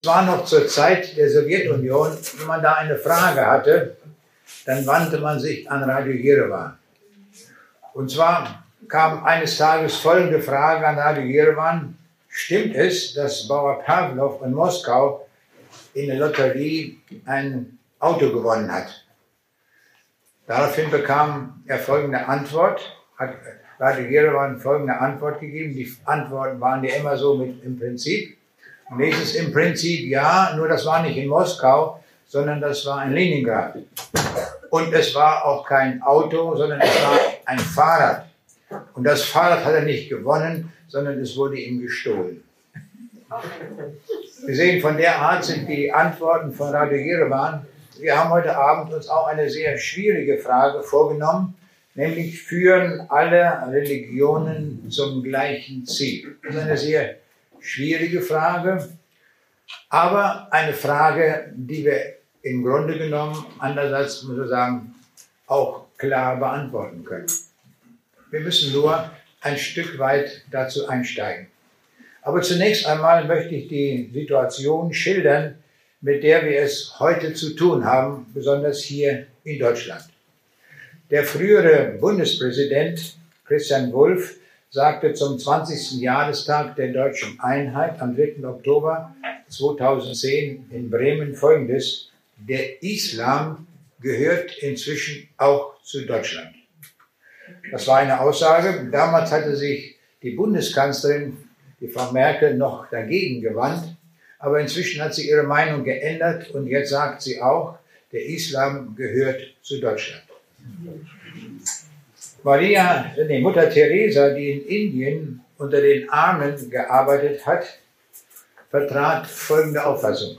Es war noch zur Zeit der Sowjetunion, wenn man da eine Frage hatte, dann wandte man sich an Radio Jerewan. Und zwar kam eines Tages folgende Frage an Radio Jerewan: Stimmt es, dass Bauer Pawlow in Moskau in der Lotterie ein Auto gewonnen hat? Daraufhin bekam er folgende Antwort, hat Radio Jerewan folgende Antwort gegeben. Die Antworten waren ja immer so mit im Prinzip. Nächstes im Prinzip ja, nur das war nicht in Moskau, sondern das war in Leningrad. Und es war auch kein Auto, sondern es war ein Fahrrad. Und das Fahrrad hat er nicht gewonnen, sondern es wurde ihm gestohlen. Wir sehen, von der Art sind die Antworten von Radio Jerewan. Wir haben heute Abend uns auch eine sehr schwierige Frage vorgenommen, nämlich führen alle Religionen zum gleichen Ziel. Das ist eine sehr schwierige Frage, aber eine Frage, die wir im Grunde genommen, andererseits muss man sagen, auch klar beantworten können. Wir müssen nur ein Stück weit dazu einsteigen. Aber zunächst einmal möchte ich die Situation schildern, mit der wir es heute zu tun haben, besonders hier in Deutschland. Der frühere Bundespräsident Christian Wulff sagte zum 20. Jahrestag der deutschen Einheit am 3. Oktober 2010 in Bremen Folgendes: Der Islam gehört inzwischen auch zu Deutschland. Das war eine Aussage. Damals hatte sich die Bundeskanzlerin, die Frau Merkel, noch dagegen gewandt. Aber inzwischen hat sie ihre Meinung geändert und jetzt sagt sie auch, der Islam gehört zu Deutschland. Mutter Teresa, die in Indien unter den Armen gearbeitet hat, vertrat folgende Auffassung: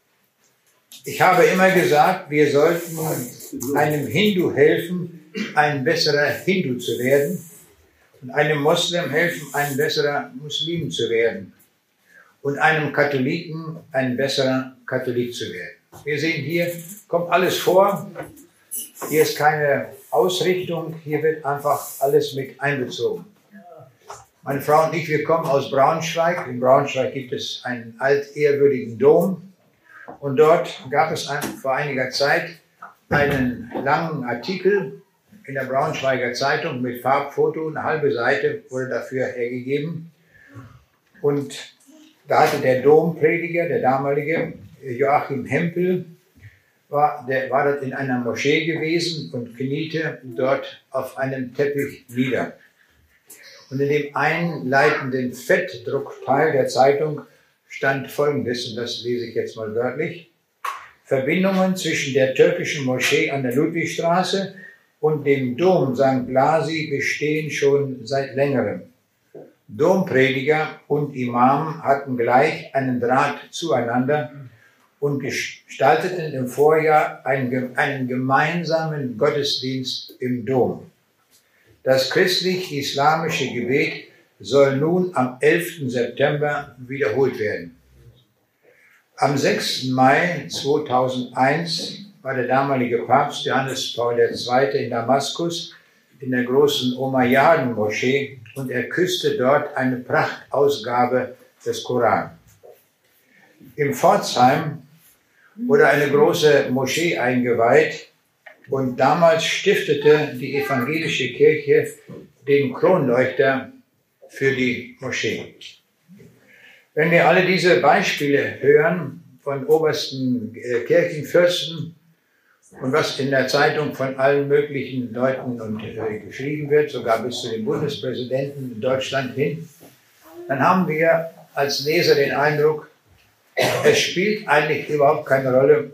Ich habe immer gesagt, wir sollten einem Hindu helfen, ein besserer Hindu zu werden, und einem Moslem helfen, ein besserer Muslim zu werden, und einem Katholiken ein besserer Katholik zu werden. Wir sehen, hier kommt alles vor. Hier ist keine Ausrichtung, hier wird einfach alles mit einbezogen. Meine Frau und ich, wir kommen aus Braunschweig. In Braunschweig gibt es einen altehrwürdigen Dom. Und dort gab es vor einiger Zeit einen langen Artikel in der Braunschweiger Zeitung mit Farbfoto. Eine halbe Seite wurde dafür hergegeben. Und da hatte der Domprediger, der damalige Joachim Hempel, war dort in einer Moschee gewesen und kniete dort auf einem Teppich nieder. Und in dem einleitenden Fettdruckteil der Zeitung stand Folgendes, und das lese ich jetzt mal wörtlich: Verbindungen zwischen der türkischen Moschee an der Ludwigstraße und dem Dom St. Blasi bestehen schon seit längerem. Domprediger und Imam hatten gleich einen Draht zueinander und gestalteten im Vorjahr einen gemeinsamen Gottesdienst im Dom. Das christlich-islamische Gebet soll nun am 11. September wiederholt werden. Am 6. Mai 2001 war der damalige Papst Johannes Paul II. In Damaskus in der großen Umayyaden-Moschee und er küsste dort eine Prachtausgabe des Koran. In Pforzheim wurde eine große Moschee eingeweiht und damals stiftete die evangelische Kirche den Kronleuchter für die Moschee. Wenn wir alle diese Beispiele hören von obersten Kirchenfürsten und was in der Zeitung von allen möglichen Leuten geschrieben wird, sogar bis zu den Bundespräsidenten in Deutschland hin, dann haben wir als Leser den Eindruck, es spielt eigentlich überhaupt keine Rolle,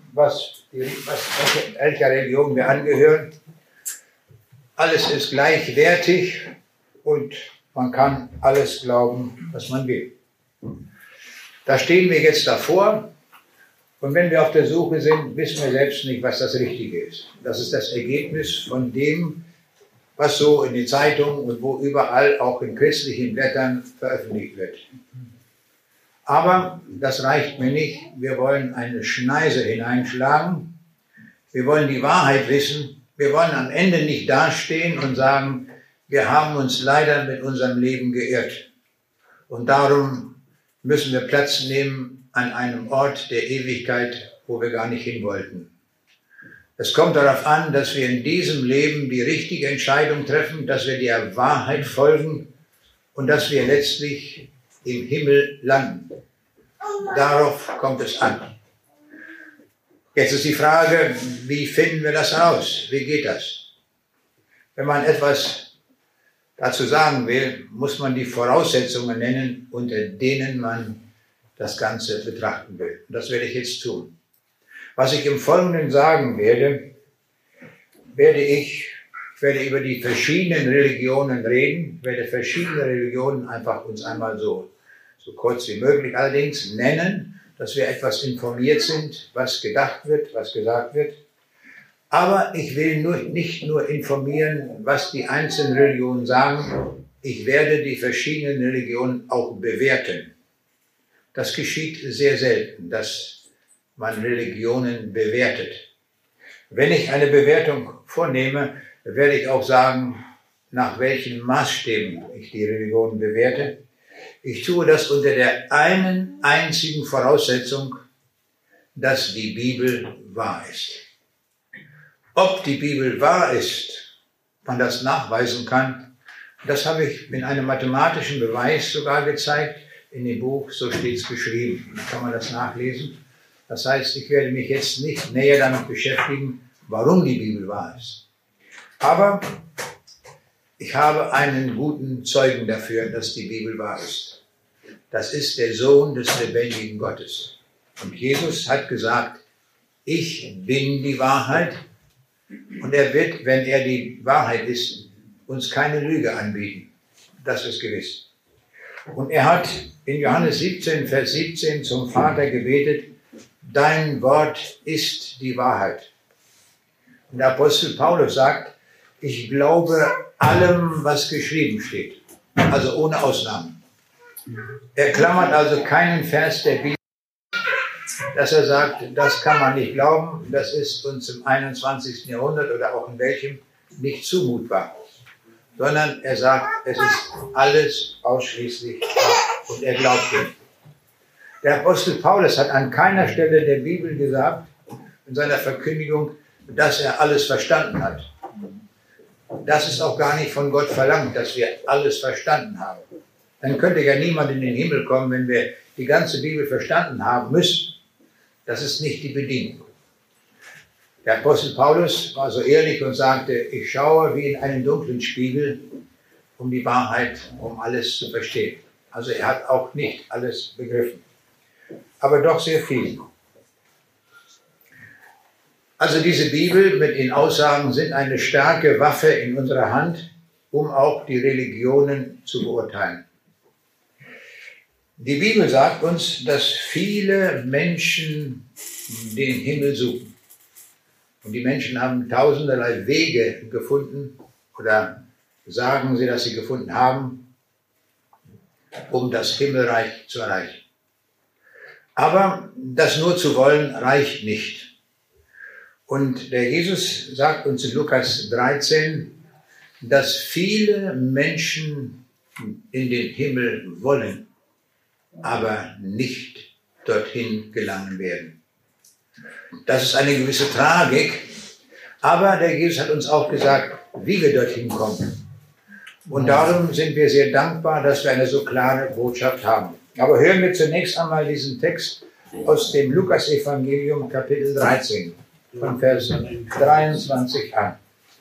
welcher Religion wir angehören. Alles ist gleichwertig und man kann alles glauben, was man will. Da stehen wir jetzt davor und wenn wir auf der Suche sind, wissen wir selbst nicht, was das Richtige ist. Das ist das Ergebnis von dem, was so in den Zeitungen und wo überall auch in christlichen Blättern veröffentlicht wird. Aber das reicht mir nicht. Wir wollen eine Schneise hineinschlagen. Wir wollen die Wahrheit wissen. Wir wollen am Ende nicht dastehen und sagen, wir haben uns leider mit unserem Leben geirrt. Und darum müssen wir Platz nehmen an einem Ort der Ewigkeit, wo wir gar nicht hin wollten. Es kommt darauf an, dass wir in diesem Leben die richtige Entscheidung treffen, dass wir der Wahrheit folgen und dass wir letztlich im Himmel landen. Darauf kommt es an. Jetzt ist die Frage, wie finden wir das heraus? Wie geht das? Wenn man etwas dazu sagen will, muss man die Voraussetzungen nennen, unter denen man das Ganze betrachten will. Und das werde ich jetzt tun. Was ich im Folgenden sagen werde, ich werde über die verschiedenen Religionen reden, ich werde verschiedene Religionen einfach uns einmal so kurz wie möglich allerdings nennen, dass wir etwas informiert sind, was gedacht wird, was gesagt wird. Aber ich will nicht nur informieren, was die einzelnen Religionen sagen, ich werde die verschiedenen Religionen auch bewerten. Das geschieht sehr selten, dass man Religionen bewertet. Wenn ich eine Bewertung vornehme, werde ich auch sagen, nach welchen Maßstäben ich die Religionen bewerte. Ich tue das unter der einen einzigen Voraussetzung, dass die Bibel wahr ist. Ob die Bibel wahr ist, man das nachweisen kann, das habe ich in einem mathematischen Beweis sogar gezeigt, in dem Buch, so steht es geschrieben. Da kann man das nachlesen. Das heißt, ich werde mich jetzt nicht näher damit beschäftigen, warum die Bibel wahr ist. Aber ich habe einen guten Zeugen dafür, dass die Bibel wahr ist. Das ist der Sohn des lebendigen Gottes. Und Jesus hat gesagt, ich bin die Wahrheit. Und er wird, wenn er die Wahrheit ist, uns keine Lüge anbieten. Das ist gewiss. Und er hat in Johannes 17, Vers 17 zum Vater gebetet, dein Wort ist die Wahrheit. Und der Apostel Paulus sagt, ich glaube allem, was geschrieben steht. Also ohne Ausnahmen. Er klammert also keinen Vers der Bibel, dass er sagt, das kann man nicht glauben, das ist uns im 21. Jahrhundert oder auch in welchem nicht zumutbar. Sondern er sagt, es ist alles ausschließlich wahr und er glaubt ihm. Der Apostel Paulus hat an keiner Stelle der Bibel gesagt, in seiner Verkündigung, dass er alles verstanden hat. Das ist auch gar nicht von Gott verlangt, dass wir alles verstanden haben. Dann könnte ja niemand in den Himmel kommen, wenn wir die ganze Bibel verstanden haben müssen. Das ist nicht die Bedingung. Der Apostel Paulus war so ehrlich und sagte, ich schaue wie in einen dunklen Spiegel, um die Wahrheit, um alles zu verstehen. Also er hat auch nicht alles begriffen, aber doch sehr viel. Also diese Bibel mit den Aussagen sind eine starke Waffe in unserer Hand, um auch die Religionen zu beurteilen. Die Bibel sagt uns, dass viele Menschen den Himmel suchen. Und die Menschen haben tausenderlei Wege gefunden, oder sagen sie, dass sie gefunden haben, um das Himmelreich zu erreichen. Aber das nur zu wollen, reicht nicht. Und der Jesus sagt uns in Lukas 13, dass viele Menschen in den Himmel wollen, aber nicht dorthin gelangen werden. Das ist eine gewisse Tragik, aber der Jesus hat uns auch gesagt, wie wir dorthin kommen. Und darum sind wir sehr dankbar, dass wir eine so klare Botschaft haben. Aber hören wir zunächst einmal diesen Text aus dem Lukas-Evangelium, Kapitel 13, von Vers 23 an.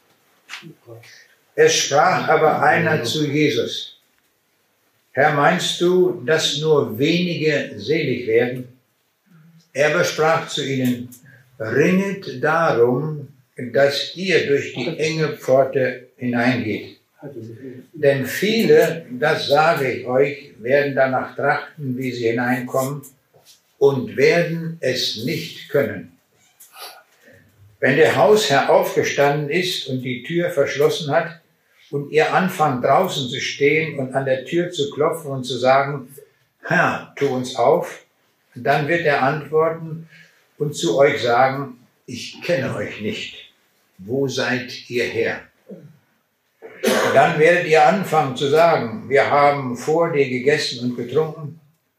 Es sprach aber einer zu Jesus, Herr, meinst du, dass nur wenige selig werden? Er aber sprach zu ihnen, ringet darum, dass ihr durch die enge Pforte hineingeht. Denn viele, das sage ich euch, werden danach trachten, wie sie hineinkommen, und werden es nicht können. Wenn der Hausherr aufgestanden ist und die Tür verschlossen hat, und ihr anfangt draußen zu stehen und an der Tür zu klopfen und zu sagen, Herr, tu uns auf, dann wird er antworten und zu euch sagen, ich kenne euch nicht. Wo seid ihr her? Und dann werdet ihr anfangen zu sagen, wir haben vor dir gegessen und getrunken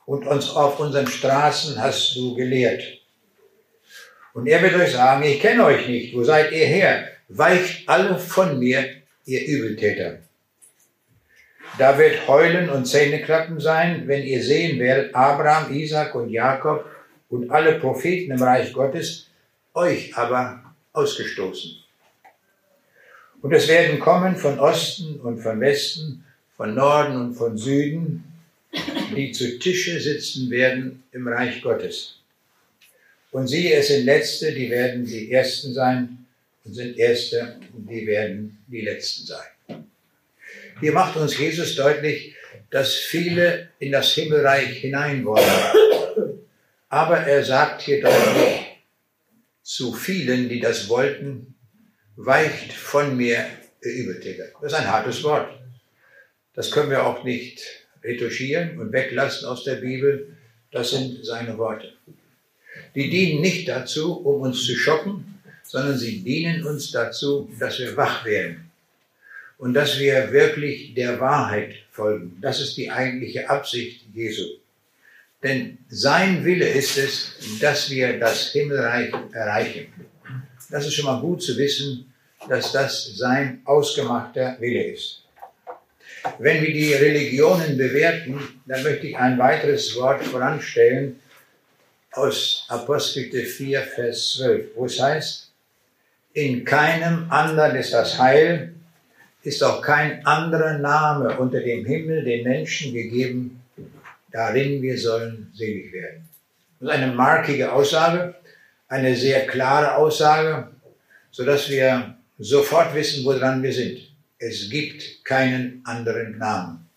und uns auf unseren Straßen hast du gelehrt. Und er wird euch sagen, ich kenne euch nicht, wo seid ihr her? Weicht alle von mir, ihr Übeltäter. Da wird Heulen und Zähneklappen sein, wenn ihr sehen werdet, Abraham, Isaak und Jakob und alle Propheten im Reich Gottes, euch aber ausgestoßen. Und es werden kommen von Osten und von Westen, von Norden und von Süden, die zu Tische sitzen werden im Reich Gottes. Und siehe, es sind Letzte, die werden die Ersten sein, und sind Erste, die werden die Letzten sein. Hier macht uns Jesus deutlich, dass viele in das Himmelreich hinein wollen. Aber er sagt hier deutlich, zu vielen, die das wollten, weicht von mir, ihr Übeltäter. Das ist ein hartes Wort. Das können wir auch nicht retuschieren und weglassen aus der Bibel. Das sind seine Worte. Die dienen nicht dazu, um uns zu schocken, sondern sie dienen uns dazu, dass wir wach werden und dass wir wirklich der Wahrheit folgen. Das ist die eigentliche Absicht Jesu. Denn sein Wille ist es, dass wir das Himmelreich erreichen. Das ist schon mal gut zu wissen, dass das sein ausgemachter Wille ist. Wenn wir die Religionen bewerten, dann möchte ich ein weiteres Wort voranstellen aus Apostelgeschichte 4, Vers 12, wo es heißt, in keinem anderen ist das Heil, ist auch kein anderer Name unter dem Himmel den Menschen gegeben, darin wir sollen selig werden. Das ist eine markige Aussage, eine sehr klare Aussage, sodass wir sofort wissen, woran wir sind. Es gibt keinen anderen Namen.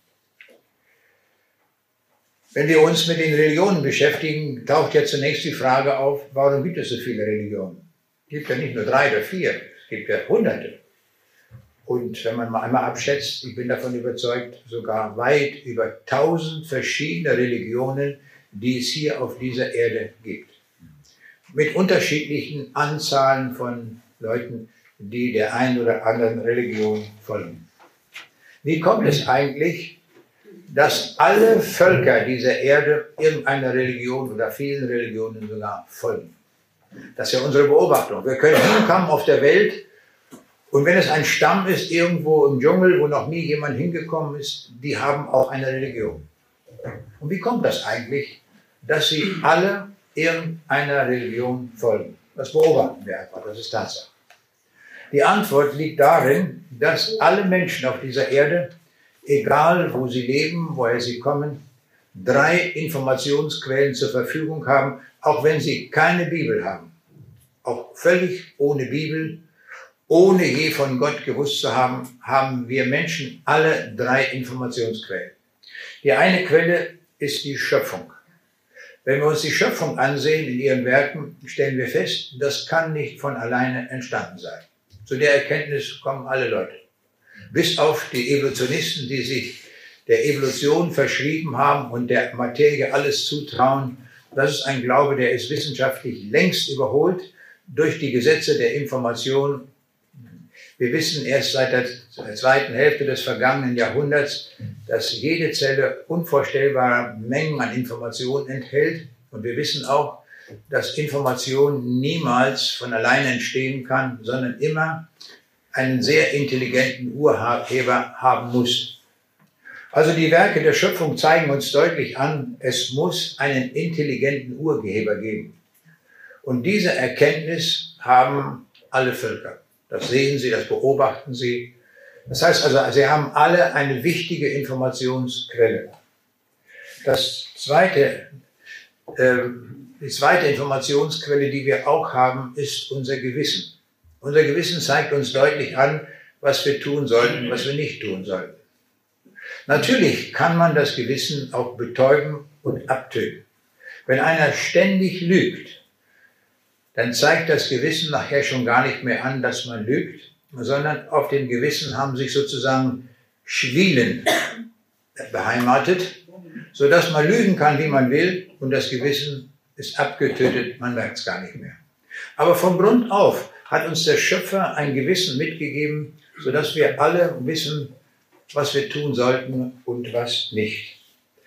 Wenn wir uns mit den Religionen beschäftigen, taucht ja zunächst die Frage auf, warum gibt es so viele Religionen? Es gibt ja nicht nur 3 oder 4, es gibt ja Hunderte. Und wenn man mal einmal abschätzt, ich bin davon überzeugt, sogar weit über 1000 verschiedene Religionen, die es hier auf dieser Erde gibt. Mit unterschiedlichen Anzahlen von Leuten, die der einen oder anderen Religion folgen. Wie kommt es eigentlich, dass alle Völker dieser Erde irgendeiner Religion oder vielen Religionen sogar folgen? Das ist ja unsere Beobachtung. Wir können hinkommen auf der Welt und wenn es ein Stamm ist, irgendwo im Dschungel, wo noch nie jemand hingekommen ist, die haben auch eine Religion. Und wie kommt das eigentlich, dass sie alle irgendeiner Religion folgen? Das beobachten wir einfach, das ist Tatsache. Die Antwort liegt darin, dass alle Menschen auf dieser Erde, egal wo sie leben, woher sie kommen, 3 Informationsquellen zur Verfügung haben, auch wenn sie keine Bibel haben. Auch völlig ohne Bibel, ohne je von Gott gewusst zu haben, haben wir Menschen alle 3 Informationsquellen. Die eine Quelle ist die Schöpfung. Wenn wir uns die Schöpfung ansehen in ihren Werken, stellen wir fest, das kann nicht von alleine entstanden sein. Zu der Erkenntnis kommen alle Leute. Bis auf die Evolutionisten, die sich der Evolution verschrieben haben und der Materie alles zutrauen. Das ist ein Glaube, der ist wissenschaftlich längst überholt durch die Gesetze der Information. Wir wissen erst seit der zweiten Hälfte des vergangenen Jahrhunderts, dass jede Zelle unvorstellbare Mengen an Informationen enthält. Und wir wissen auch, dass Information niemals von alleine entstehen kann, sondern immer einen sehr intelligenten Urheber haben muss. Also die Werke der Schöpfung zeigen uns deutlich an, es muss einen intelligenten Urheber geben. Und diese Erkenntnis haben alle Völker. Das sehen sie, das beobachten sie. Das heißt also, sie haben alle eine wichtige Informationsquelle. Die zweite Informationsquelle, die wir auch haben, ist unser Gewissen. Unser Gewissen zeigt uns deutlich an, was wir tun sollten, was wir nicht tun sollten. Natürlich kann man das Gewissen auch betäuben und abtöten. Wenn einer ständig lügt, dann zeigt das Gewissen nachher schon gar nicht mehr an, dass man lügt, sondern auf dem Gewissen haben sich sozusagen Schwielen beheimatet, sodass man lügen kann, wie man will, und das Gewissen ist abgetötet, man merkt es gar nicht mehr. Aber von Grund auf hat uns der Schöpfer ein Gewissen mitgegeben, sodass wir alle wissen, was wir tun sollten und was nicht.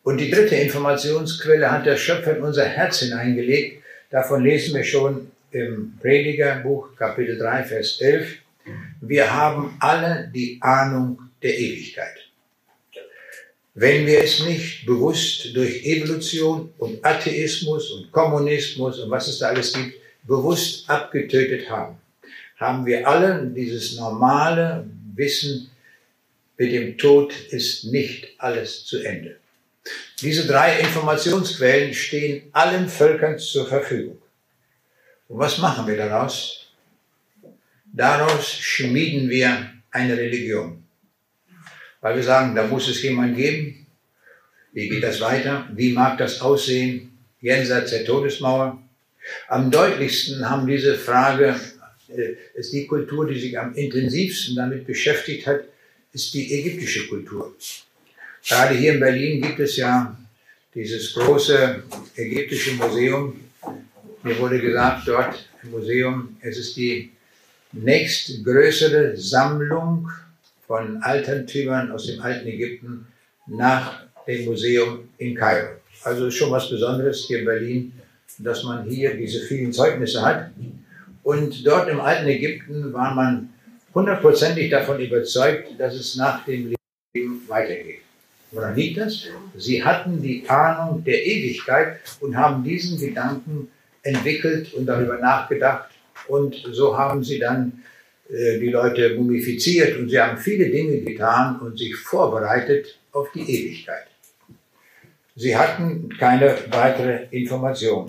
Und die dritte Informationsquelle hat der Schöpfer in unser Herz hineingelegt. Davon lesen wir schon im Predigerbuch, Kapitel 3, Vers 11. Wir haben alle die Ahnung der Ewigkeit. Wenn wir es nicht bewusst durch Evolution und Atheismus und Kommunismus und was es da alles gibt, bewusst abgetötet haben, haben wir alle dieses normale Wissen, mit dem Tod ist nicht alles zu Ende. Diese drei Informationsquellen stehen allen Völkern zur Verfügung. Und was machen wir daraus? Daraus schmieden wir eine Religion. Weil wir sagen, da muss es jemanden geben. Wie geht das weiter? Wie mag das aussehen? Jenseits der Todesmauer. Am deutlichsten haben diese Frage, ist die Kultur, die sich am intensivsten damit beschäftigt hat, ist die ägyptische Kultur. Gerade hier in Berlin gibt es ja dieses große ägyptische Museum. Mir wurde gesagt, dort im Museum, es ist die nächstgrößere Sammlung von Altertümern aus dem alten Ägypten nach dem Museum in Kairo. Also ist schon was Besonderes hier in Berlin, dass man hier diese vielen Zeugnisse hat. Und dort im alten Ägypten war man hundertprozentig davon überzeugt, dass es nach dem Leben weitergeht. Woran liegt das? Sie hatten die Ahnung der Ewigkeit und haben diesen Gedanken entwickelt und darüber nachgedacht. Und so haben sie dann die Leute mumifiziert und sie haben viele Dinge getan und sich vorbereitet auf die Ewigkeit. Sie hatten keine weitere Information.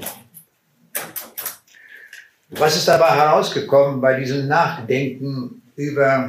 Was ist dabei herausgekommen bei diesem Nachdenken über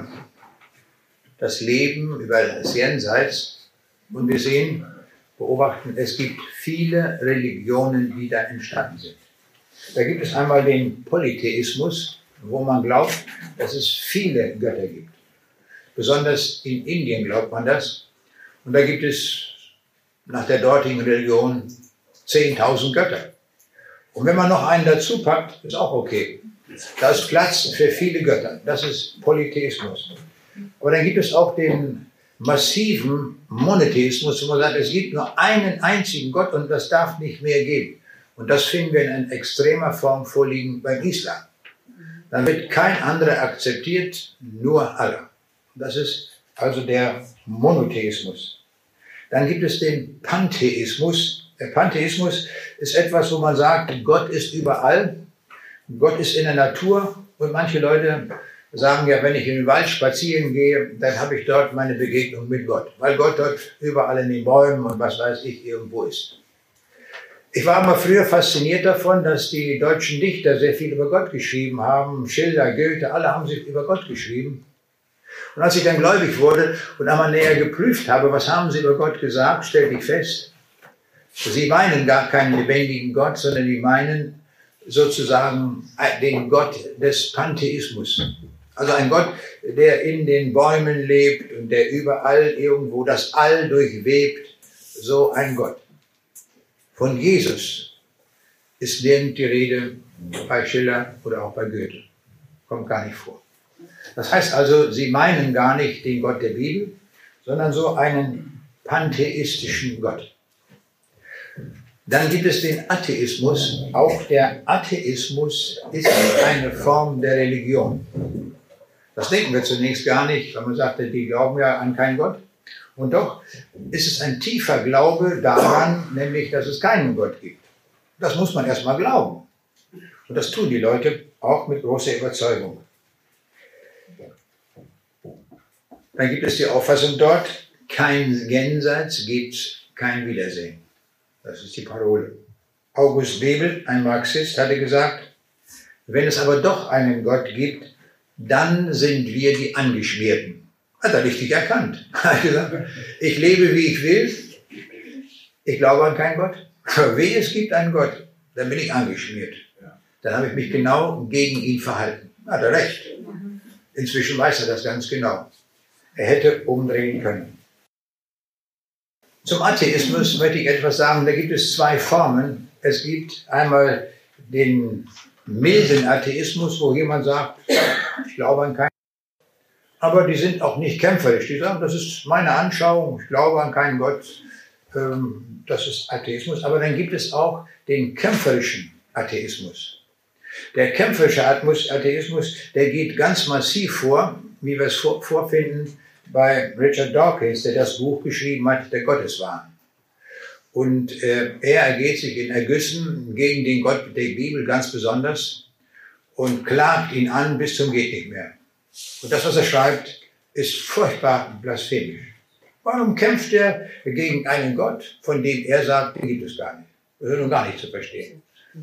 das Leben, über das Jenseits? Und wir sehen, beobachten, es gibt viele Religionen, die da entstanden sind. Da gibt es einmal den Polytheismus, wo man glaubt, dass es viele Götter gibt. Besonders in Indien glaubt man das. Und da gibt es nach der dortigen Religion 10.000 Götter. Und wenn man noch einen dazu packt, ist auch okay. Da ist Platz für viele Götter. Das ist Polytheismus. Aber dann gibt es auch den massiven Monotheismus, wo man sagt, es gibt nur einen einzigen Gott und das darf nicht mehr geben. Und das finden wir in extremer Form vorliegen beim Islam. Dann wird kein anderer akzeptiert, nur Allah. Das ist also der Monotheismus. Dann gibt es den Pantheismus. Der Pantheismus ist etwas, wo man sagt, Gott ist überall, Gott ist in der Natur und manche Leute sagen ja, wenn ich in den Wald spazieren gehe, dann habe ich dort meine Begegnung mit Gott, weil Gott dort überall in den Bäumen und was weiß ich irgendwo ist. Ich war immer früher fasziniert davon, dass die deutschen Dichter sehr viel über Gott geschrieben haben. Schiller, Goethe, alle haben sich über Gott geschrieben. Und als ich dann gläubig wurde und einmal näher geprüft habe, was haben sie über Gott gesagt, stellte ich fest, sie meinen gar keinen lebendigen Gott, sondern die meinen sozusagen den Gott des Pantheismus. Also ein Gott, der in den Bäumen lebt und der überall irgendwo das All durchwebt, so ein Gott. Von Jesus ist nirgend die Rede bei Schiller oder auch bei Goethe. Kommt gar nicht vor. Das heißt also, sie meinen gar nicht den Gott der Bibel, sondern so einen pantheistischen Gott. Dann gibt es den Atheismus. Auch der Atheismus ist eine Form der Religion. Das denken wir zunächst gar nicht, weil man sagt, die glauben ja an keinen Gott. Und doch ist es ein tiefer Glaube daran, nämlich, dass es keinen Gott gibt. Das muss man erstmal glauben. Und das tun die Leute auch mit großer Überzeugung. Dann gibt es die Auffassung dort, kein Jenseits gibt kein Wiedersehen. Das ist die Parole. August Bebel, ein Marxist, hatte gesagt, wenn es aber doch einen Gott gibt, dann sind wir die Angeschmierten. Hat er richtig erkannt. Er hat gesagt, ich lebe, wie ich will. Ich glaube an keinen Gott. Aber wehe, es gibt einen Gott, dann bin ich angeschmiert. Dann habe ich mich genau gegen ihn verhalten. Hat er recht. Inzwischen weiß er das ganz genau. Er hätte umdrehen können. Zum Atheismus möchte ich etwas sagen. Da gibt es zwei Formen. Es gibt einmal den milden Atheismus, wo jemand sagt, ich glaube an keinen Gott. Aber die sind auch nicht kämpferisch. Die sagen, das ist meine Anschauung, ich glaube an keinen Gott. das ist Atheismus, aber dann gibt es auch den kämpferischen Atheismus. Der kämpferische Atheismus, der geht ganz massiv vor, wie wir es vorfinden bei Richard Dawkins, der das Buch geschrieben hat, der Gotteswahn. Und er ergeht sich in Ergüssen gegen den Gott der Bibel ganz besonders und klagt ihn an bis zum geht nicht mehr. Und das, was er schreibt, ist furchtbar blasphemisch. Warum kämpft er gegen einen Gott, von dem er sagt, den gibt es gar nicht? Das ist nun gar nicht zu verstehen.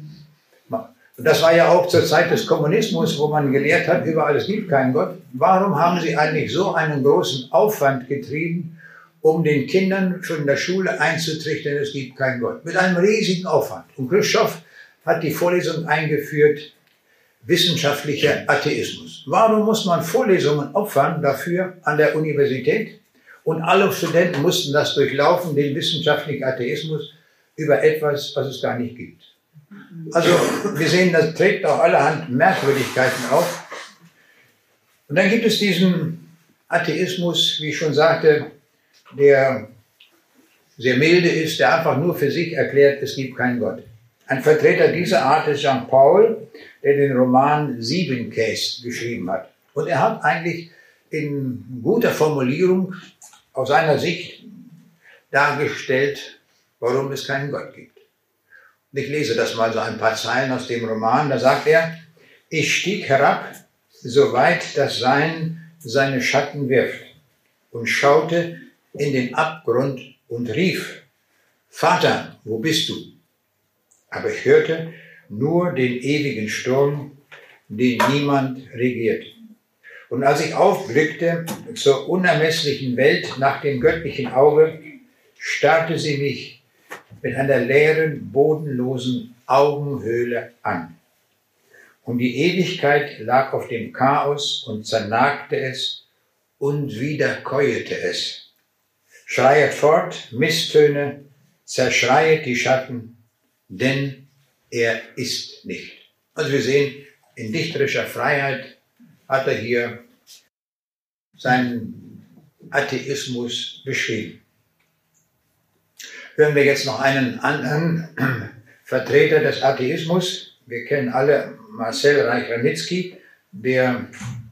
Und das war ja auch zur Zeit des Kommunismus, wo man gelehrt hat, überall es gibt keinen Gott. Warum haben sie eigentlich so einen großen Aufwand getrieben, um den Kindern schon in der Schule einzutrichtern, es gibt keinen Gott? Mit einem riesigen Aufwand. Und Khrushchev hat die Vorlesung eingeführt, wissenschaftlicher Atheismus. Warum muss man Vorlesungen opfern dafür an der Universität? Und alle Studenten mussten das durchlaufen, den wissenschaftlichen Atheismus über etwas, was es gar nicht gibt. Also wir sehen, das trägt auch allerhand Merkwürdigkeiten auf. Und dann gibt es diesen Atheismus, wie ich schon sagte, der sehr milde ist, der einfach nur für sich erklärt, es gibt keinen Gott. Ein Vertreter dieser Art ist Jean Paul, der den Roman Siebenkäs geschrieben hat. Und er hat eigentlich in guter Formulierung aus seiner Sicht dargestellt, warum es keinen Gott gibt. Und ich lese das mal so ein paar Zeilen aus dem Roman. Da sagt er, ich stieg herab, soweit das Sein seine Schatten wirft, und schaute in den Abgrund und rief, Vater, wo bist du? Aber ich hörte nur den ewigen Sturm, den niemand regiert. Und als ich aufblickte zur unermesslichen Welt nach dem göttlichen Auge, starrte sie mich mit einer leeren, bodenlosen Augenhöhle an. Und die Ewigkeit lag auf dem Chaos und zernagte es und wiederkäuete es. Schreiet fort, Misstöne, zerschreiet die Schatten, denn er ist nicht. Also wir sehen, in dichterischer Freiheit hat er hier seinen Atheismus beschrieben. Hören wir jetzt noch einen anderen Vertreter des Atheismus. Wir kennen alle Marcel Reich-Ranitzky, der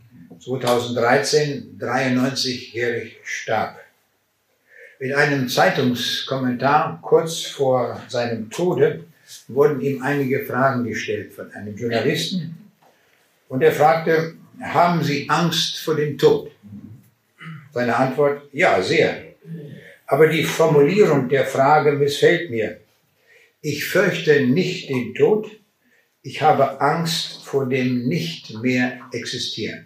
2013 93-jährig starb. In einem Zeitungskommentar kurz vor seinem Tode wurden ihm einige Fragen gestellt von einem Journalisten. Und er fragte, haben Sie Angst vor dem Tod? Seine Antwort, ja, sehr. Aber die Formulierung der Frage missfällt mir. Ich fürchte nicht den Tod, ich habe Angst vor dem nicht mehr existieren.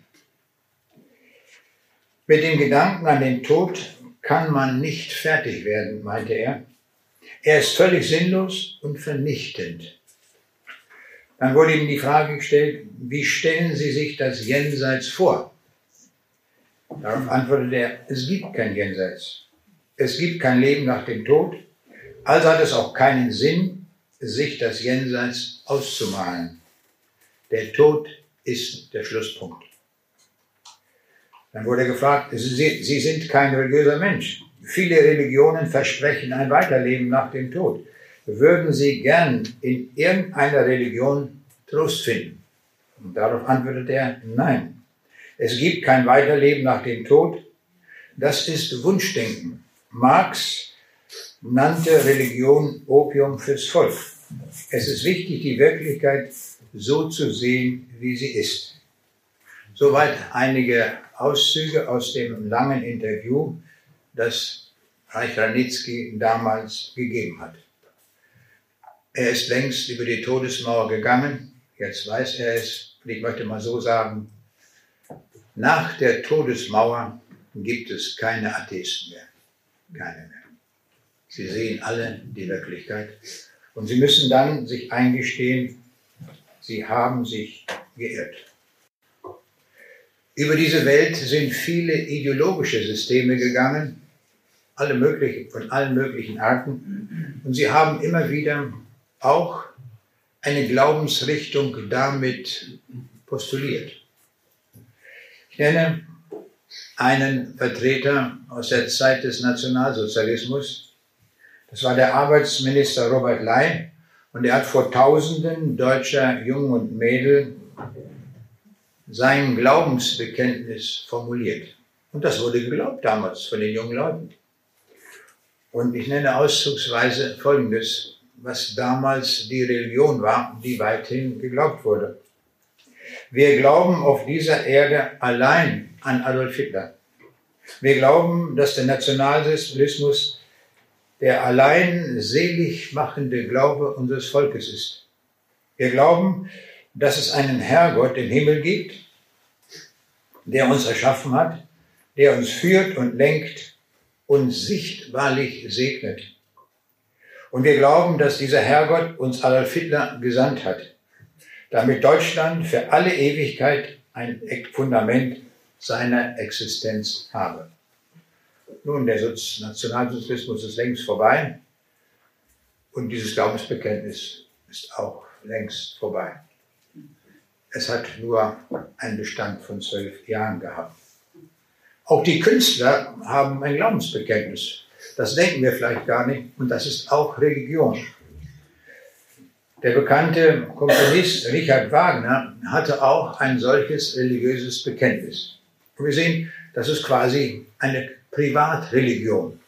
Mit dem Gedanken an den Tod kann man nicht fertig werden, meinte er. Er ist völlig sinnlos und vernichtend. Dann wurde ihm die Frage gestellt, wie stellen Sie sich das Jenseits vor? Darauf antwortete er, es gibt kein Jenseits. Es gibt kein Leben nach dem Tod, also hat es auch keinen Sinn, sich das Jenseits auszumalen. Der Tod ist der Schlusspunkt. Dann wurde er gefragt, Sie sind kein religiöser Mensch. Viele Religionen versprechen ein Weiterleben nach dem Tod. Würden Sie gern in irgendeiner Religion Trost finden? Und darauf antwortet er, nein. Es gibt kein Weiterleben nach dem Tod. Das ist Wunschdenken. Marx nannte Religion Opium fürs Volk. Es ist wichtig, die Wirklichkeit so zu sehen, wie sie ist. Soweit einige Auszüge aus dem langen Interview, das Reich-Ranitzky damals gegeben hat. Er ist längst über die Todesmauer gegangen, jetzt weiß er es, und ich möchte mal so sagen, nach der Todesmauer gibt es keine Atheisten mehr. Keine mehr. Sie sehen alle die Wirklichkeit und sie müssen dann sich eingestehen, sie haben sich geirrt. Über diese Welt sind viele ideologische Systeme gegangen, von allen möglichen Arten, und sie haben immer wieder auch eine Glaubensrichtung damit postuliert. Ich nenne einen Vertreter aus der Zeit des Nationalsozialismus, Das war der Arbeitsminister Robert Ley und er hat vor Tausenden deutscher Jungen und Mädel sein Glaubensbekenntnis formuliert. Und das wurde geglaubt damals von den jungen Leuten. Und ich nenne auszugsweise Folgendes, was damals die Religion war, die weithin geglaubt wurde. Wir glauben auf dieser Erde allein an Adolf Hitler. Wir glauben, dass der Nationalsozialismus der allein selig machende Glaube unseres Volkes ist. Wir glauben, dass es einen Herrgott im Himmel gibt, der uns erschaffen hat, der uns führt und lenkt und sichtbarlich segnet. Und wir glauben, dass dieser Herrgott uns Adolf Hitler gesandt hat, damit Deutschland für alle Ewigkeit ein Fundament seiner Existenz habe. Nun, der Nationalsozialismus ist längst vorbei und dieses Glaubensbekenntnis ist auch längst vorbei. Es hat nur einen Bestand von 12 Jahren gehabt. Auch die Künstler haben ein Glaubensbekenntnis. Das denken wir vielleicht gar nicht und das ist auch Religion. Der bekannte Komponist Richard Wagner hatte auch ein solches religiöses Bekenntnis. Und wir sehen, das ist quasi eine Privatreligion.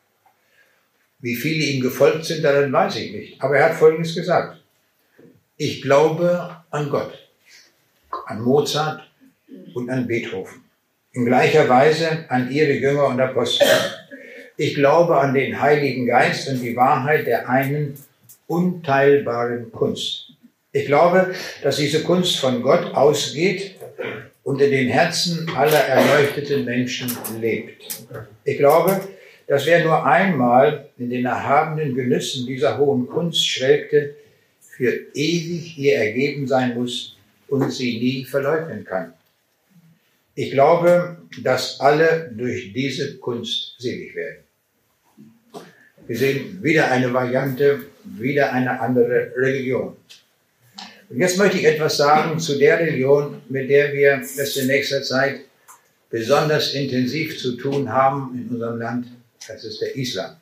Wie viele ihm gefolgt sind, daran weiß ich nicht. Aber er hat Folgendes gesagt. Ich glaube an Gott, an Mozart und an Beethoven. In gleicher Weise an ihre Jünger und Apostel. Ich glaube an den Heiligen Geist und die Wahrheit der einen unteilbaren Kunst. Ich glaube, dass diese Kunst von Gott ausgeht und in den Herzen aller erleuchteten Menschen lebt. Ich glaube, dass wer nur einmal in den erhabenen Genüssen dieser hohen Kunst schwelgte, für ewig ihr ergeben sein muss und sie nie verleugnen kann. Ich glaube, dass alle durch diese Kunst selig werden. Wir sehen wieder eine Variante, wieder eine andere Religion. Und jetzt möchte ich etwas sagen zu der Religion, mit der wir es in nächster Zeit besonders intensiv zu tun haben in unserem Land. Das ist der Islam.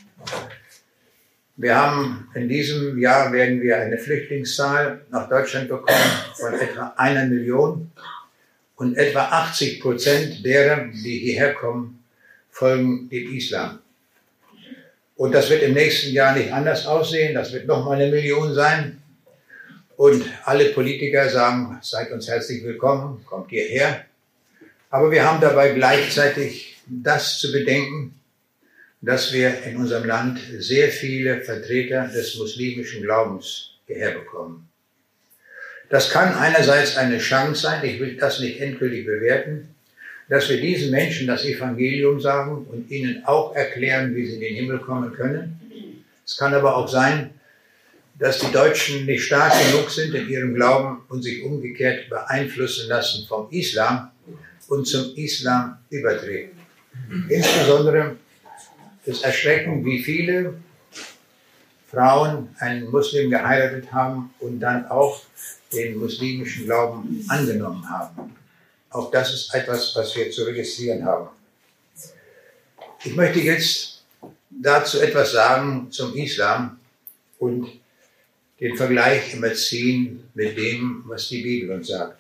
Wir haben in diesem Jahr werden wir eine Flüchtlingszahl nach Deutschland bekommen von etwa 1 Million. Und etwa 80% derer, die hierher kommen, folgen dem Islam. Und das wird im nächsten Jahr nicht anders aussehen. Das wird nochmal 1 Million sein. Und alle Politiker sagen, seid uns herzlich willkommen, kommt hierher. Aber wir haben dabei gleichzeitig das zu bedenken, dass wir in unserem Land sehr viele Vertreter des muslimischen Glaubens hierher bekommen. Das kann einerseits eine Chance sein, ich will das nicht endgültig bewerten, dass wir diesen Menschen das Evangelium sagen und ihnen auch erklären, wie sie in den Himmel kommen können. Es kann aber auch sein, dass die Deutschen nicht stark genug sind in ihrem Glauben und sich umgekehrt beeinflussen lassen vom Islam und zum Islam übertreten. Insbesondere ist erschreckend, wie viele Frauen einen Muslim geheiratet haben und dann auch den muslimischen Glauben angenommen haben. Auch das ist etwas, was wir zu registrieren haben. Ich möchte jetzt dazu etwas sagen zum Islam und den Vergleich immer ziehen mit dem, was die Bibel uns sagt.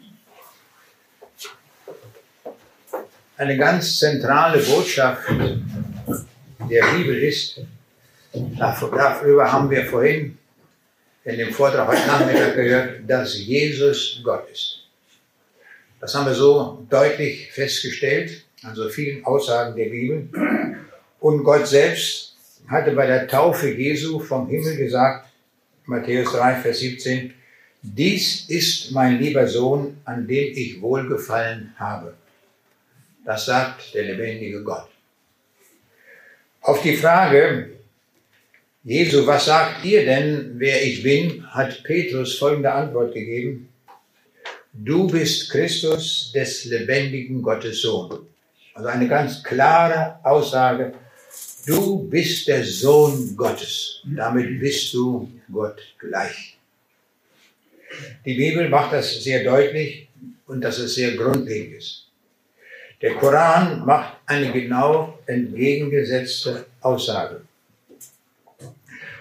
Eine ganz zentrale Botschaft der Bibel ist, darüber haben wir vorhin in dem Vortrag heute Nachmittag gehört, dass Jesus Gott ist. Das haben wir so deutlich festgestellt an so vielen Aussagen der Bibel. Und Gott selbst hatte bei der Taufe Jesu vom Himmel gesagt, Matthäus 3, Vers 17, dies ist mein lieber Sohn, an dem ich Wohlgefallen habe. Das sagt der lebendige Gott. Auf die Frage, Jesu, was sagt ihr denn, wer ich bin, hat Petrus folgende Antwort gegeben. Du bist Christus, des lebendigen Gottes Sohn. Also eine ganz klare Aussage. Du bist der Sohn Gottes. Damit bist du Gott gleich. Die Bibel macht das sehr deutlich und dass es sehr grundlegend ist. Der Koran macht eine genau entgegengesetzte Aussage.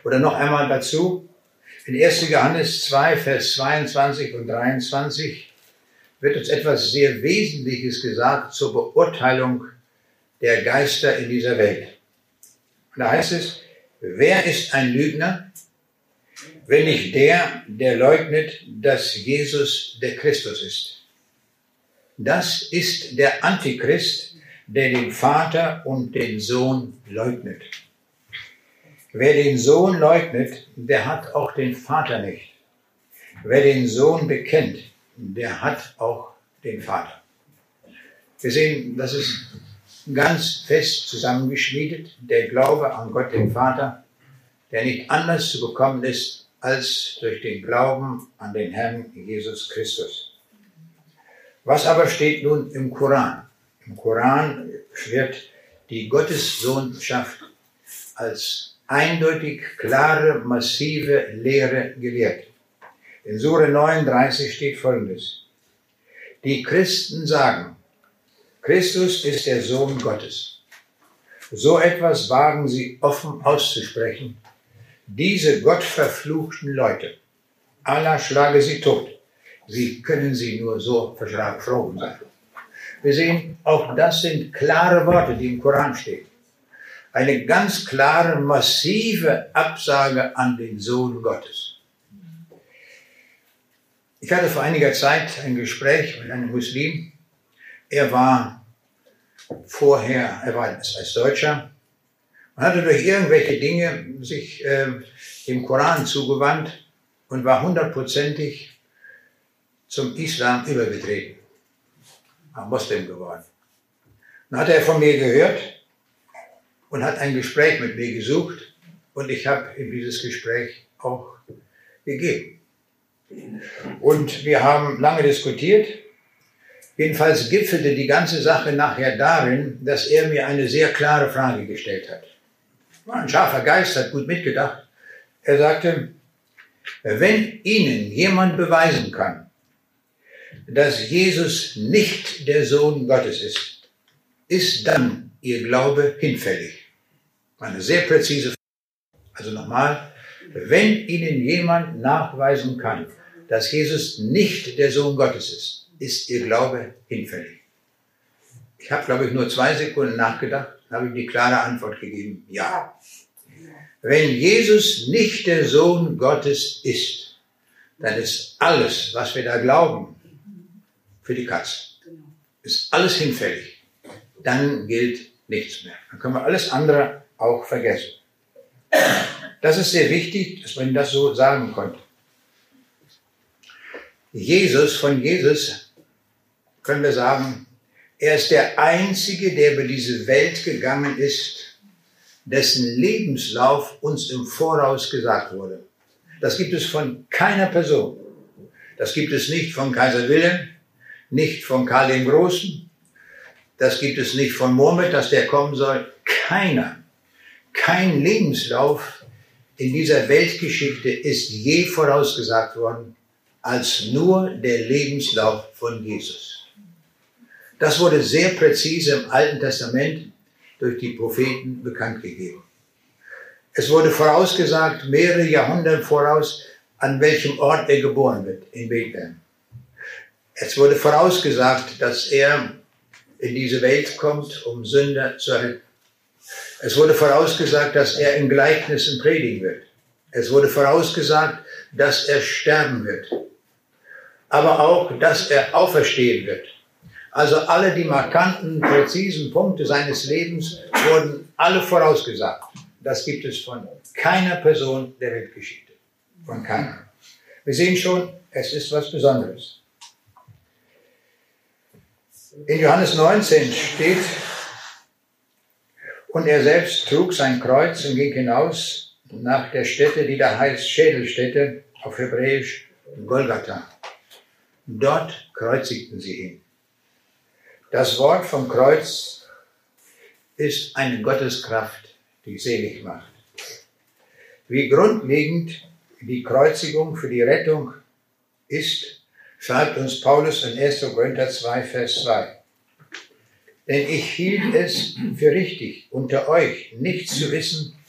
Oder noch einmal dazu, in 1. Johannes 2, Vers 22 und 23 wird uns etwas sehr Wesentliches gesagt zur Beurteilung der Geister in dieser Welt. Und da heißt es, wer ist ein Lügner, wenn nicht der, der leugnet, dass Jesus der Christus ist? Das ist der Antichrist, der den Vater und den Sohn leugnet. Wer den Sohn leugnet, der hat auch den Vater nicht. Wer den Sohn bekennt, der hat auch den Vater. Wir sehen, das ist ganz fest zusammengeschmiedet, der Glaube an Gott, den Vater, der nicht anders zu bekommen ist als durch den Glauben an den Herrn Jesus Christus. Was aber steht nun im Koran? Im Koran wird die Gottessohnschaft als eindeutig klare, massive Lehre gelehrt. In Sure 39 steht Folgendes. Die Christen sagen, Christus ist der Sohn Gottes. So etwas wagen sie offen auszusprechen. Diese gottverfluchten Leute, Allah schlage sie tot. Wie können sie nur so verflogen sein? Wir sehen, auch das sind klare Worte, die im Koran stehen. Eine ganz klare, massive Absage an den Sohn Gottes. Ich hatte vor einiger Zeit ein Gespräch mit einem Muslim. Er war als Deutscher und hatte durch irgendwelche Dinge sich dem Koran zugewandt und war 100%ig zum Islam übergetreten, war Moslem geworden. Dann hat er von mir gehört und hat ein Gespräch mit mir gesucht und ich habe ihm dieses Gespräch auch gegeben. Und wir haben lange diskutiert. Jedenfalls gipfelte die ganze Sache nachher darin, dass er mir eine sehr klare Frage gestellt hat. War ein scharfer Geist, hat gut mitgedacht. Er sagte, wenn Ihnen jemand beweisen kann, dass Jesus nicht der Sohn Gottes ist, ist dann Ihr Glaube hinfällig? Eine sehr präzise Frage. Also nochmal, wenn Ihnen jemand nachweisen kann, dass Jesus nicht der Sohn Gottes ist, ist Ihr Glaube hinfällig? Ich habe, glaube ich, nur 2 Sekunden nachgedacht, habe ihm die klare Antwort gegeben, ja. Wenn Jesus nicht der Sohn Gottes ist, dann ist alles, was wir da glauben, für die Katz. Ist alles hinfällig. Dann gilt nichts mehr. Dann können wir alles andere auch vergessen. Das ist sehr wichtig, dass man das so sagen konnte. Von Jesus können wir sagen, er ist der Einzige, der über diese Welt gegangen ist, dessen Lebenslauf uns im Voraus gesagt wurde. Das gibt es von keiner Person. Das gibt es nicht von Kaiser Wilhelm, nicht von Karl dem Großen, das gibt es nicht von Mohammed, dass der kommen soll. Keiner. Kein Lebenslauf in dieser Weltgeschichte ist je vorausgesagt worden, als nur der Lebenslauf von Jesus. Das wurde sehr präzise im Alten Testament durch die Propheten bekannt gegeben. Es wurde vorausgesagt, mehrere Jahrhunderte voraus, an welchem Ort er geboren wird, in Bethlehem. Es wurde vorausgesagt, dass er in diese Welt kommt, um Sünder zu retten. Es wurde vorausgesagt, dass er in Gleichnissen predigen wird. Es wurde vorausgesagt, dass er sterben wird. Aber auch, dass er auferstehen wird. Also alle die markanten, präzisen Punkte seines Lebens wurden alle vorausgesagt. Das gibt es von keiner Person der Weltgeschichte. Von keiner. Wir sehen schon, es ist was Besonderes. In Johannes 19 steht, und er selbst trug sein Kreuz und ging hinaus nach der Stätte, die da heißt Schädelstätte, auf Hebräisch Golgatha. Dort kreuzigten sie ihn. Das Wort vom Kreuz ist eine Gotteskraft, die selig macht. Wie grundlegend die Kreuzigung für die Rettung ist, schreibt uns Paulus in 1. Korinther 2, Vers 2. Denn ich hielt es für richtig, unter euch nicht zu wissen,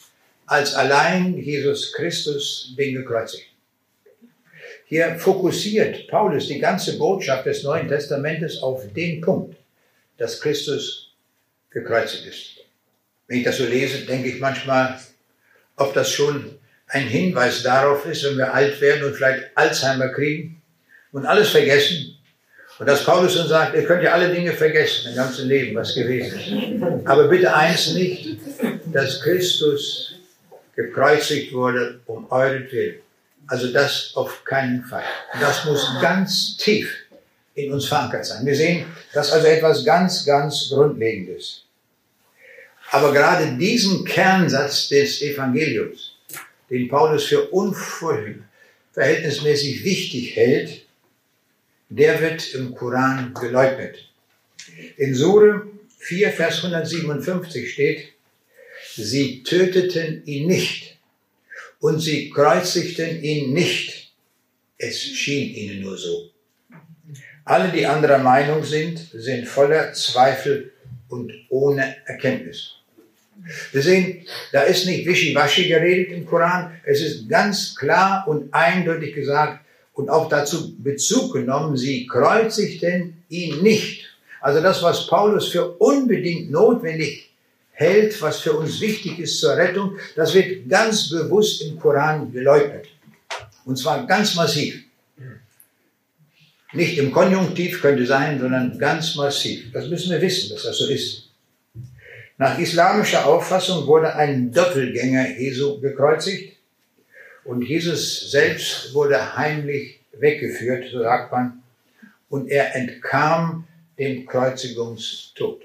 als allein Jesus Christus, den Gekreuzigten. Hier fokussiert Paulus die ganze Botschaft des Neuen Testamentes auf den Punkt, dass Christus gekreuzigt ist. Wenn ich das so lese, denke ich manchmal, ob das schon ein Hinweis darauf ist, wenn wir alt werden und vielleicht Alzheimer kriegen und alles vergessen. Und dass Paulus uns sagt, ihr könnt ja alle Dinge vergessen, im ganzen Leben, was gewesen ist. Aber bitte eins nicht, dass Christus gekreuzigt wurde um euretwillen. Also das auf keinen Fall. Das muss ganz tief in uns verankert sein. Wir sehen, das ist also etwas ganz, ganz Grundlegendes. Aber gerade diesen Kernsatz des Evangeliums, den Paulus für unverhältnismäßig wichtig hält, der wird im Koran geleugnet. In Sure 4, Vers 157 steht, sie töteten ihn nicht und sie kreuzigten ihn nicht. Es schien ihnen nur so. Alle, die anderer Meinung sind voller Zweifel und ohne Erkenntnis. Wir sehen, da ist nicht wischiwaschi geredet im Koran. Es ist ganz klar und eindeutig gesagt und auch dazu Bezug genommen, sie kreuzigten ihn nicht. Also das, was Paulus für unbedingt notwendig hält, was für uns wichtig ist zur Rettung, das wird ganz bewusst im Koran geleugnet. Und zwar ganz massiv. Nicht im Konjunktiv könnte sein, sondern ganz massiv. Das müssen wir wissen, dass das so ist. Nach islamischer Auffassung wurde ein Doppelgänger Jesu gekreuzigt und Jesus selbst wurde heimlich weggeführt, so sagt man, und er entkam dem Kreuzigungstod.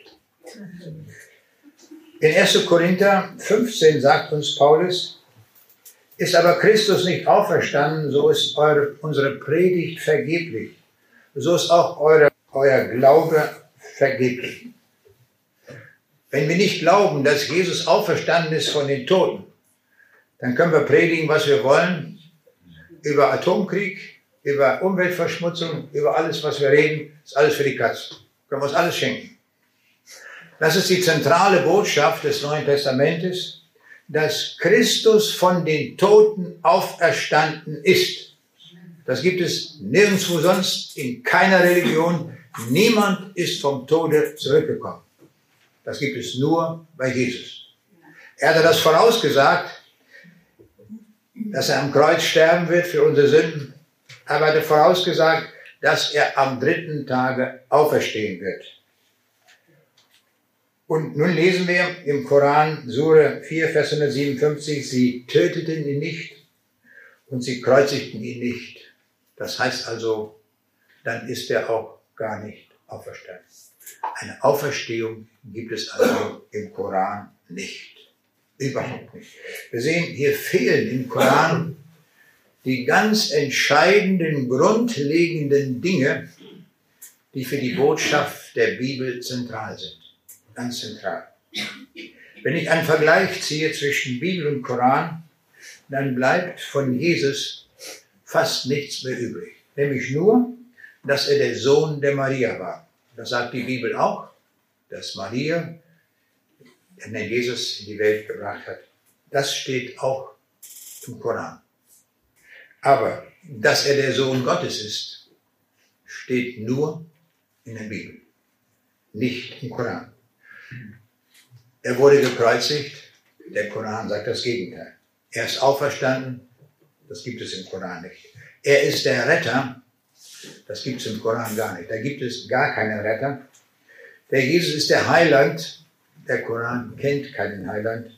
In 1. Korinther 15 sagt uns Paulus, ist aber Christus nicht auferstanden, so ist unsere Predigt vergeblich, so ist auch euer Glaube vergeblich. Wenn wir nicht glauben, dass Jesus auferstanden ist von den Toten, dann können wir predigen, was wir wollen, über Atomkrieg, über Umweltverschmutzung, über alles, was wir reden, ist alles für die Katze. Können wir uns alles schenken. Das ist die zentrale Botschaft des Neuen Testamentes, dass Christus von den Toten auferstanden ist. Das gibt es nirgendwo sonst, in keiner Religion. Niemand ist vom Tode zurückgekommen. Das gibt es nur bei Jesus. Er hatte das vorausgesagt, dass er am Kreuz sterben wird für unsere Sünden. Aber er hatte vorausgesagt, dass er am 3. Tage auferstehen wird. Und nun lesen wir im Koran, Sure 4, Vers 157, sie töteten ihn nicht und sie kreuzigten ihn nicht. Das heißt also, dann ist er auch gar nicht auferstanden. Eine Auferstehung gibt es also im Koran nicht. Überhaupt nicht. Wir sehen, hier fehlen im Koran die ganz entscheidenden, grundlegenden Dinge, die für die Botschaft der Bibel zentral sind. Ganz zentral. Wenn ich einen Vergleich ziehe zwischen Bibel und Koran, dann bleibt von Jesus fast nichts mehr übrig. Nämlich nur, dass er der Sohn der Maria war. Das sagt die Bibel auch, dass Maria den Jesus in die Welt gebracht hat. Das steht auch im Koran. Aber dass er der Sohn Gottes ist, steht nur in der Bibel, nicht im Koran. Er wurde gekreuzigt, der Koran sagt das Gegenteil. Er ist auferstanden, das gibt es im Koran nicht. Er ist der Retter, das gibt es im Koran gar nicht. Da gibt es gar keinen Retter. Der Jesus ist der Heiland, der Koran kennt keinen Heiland.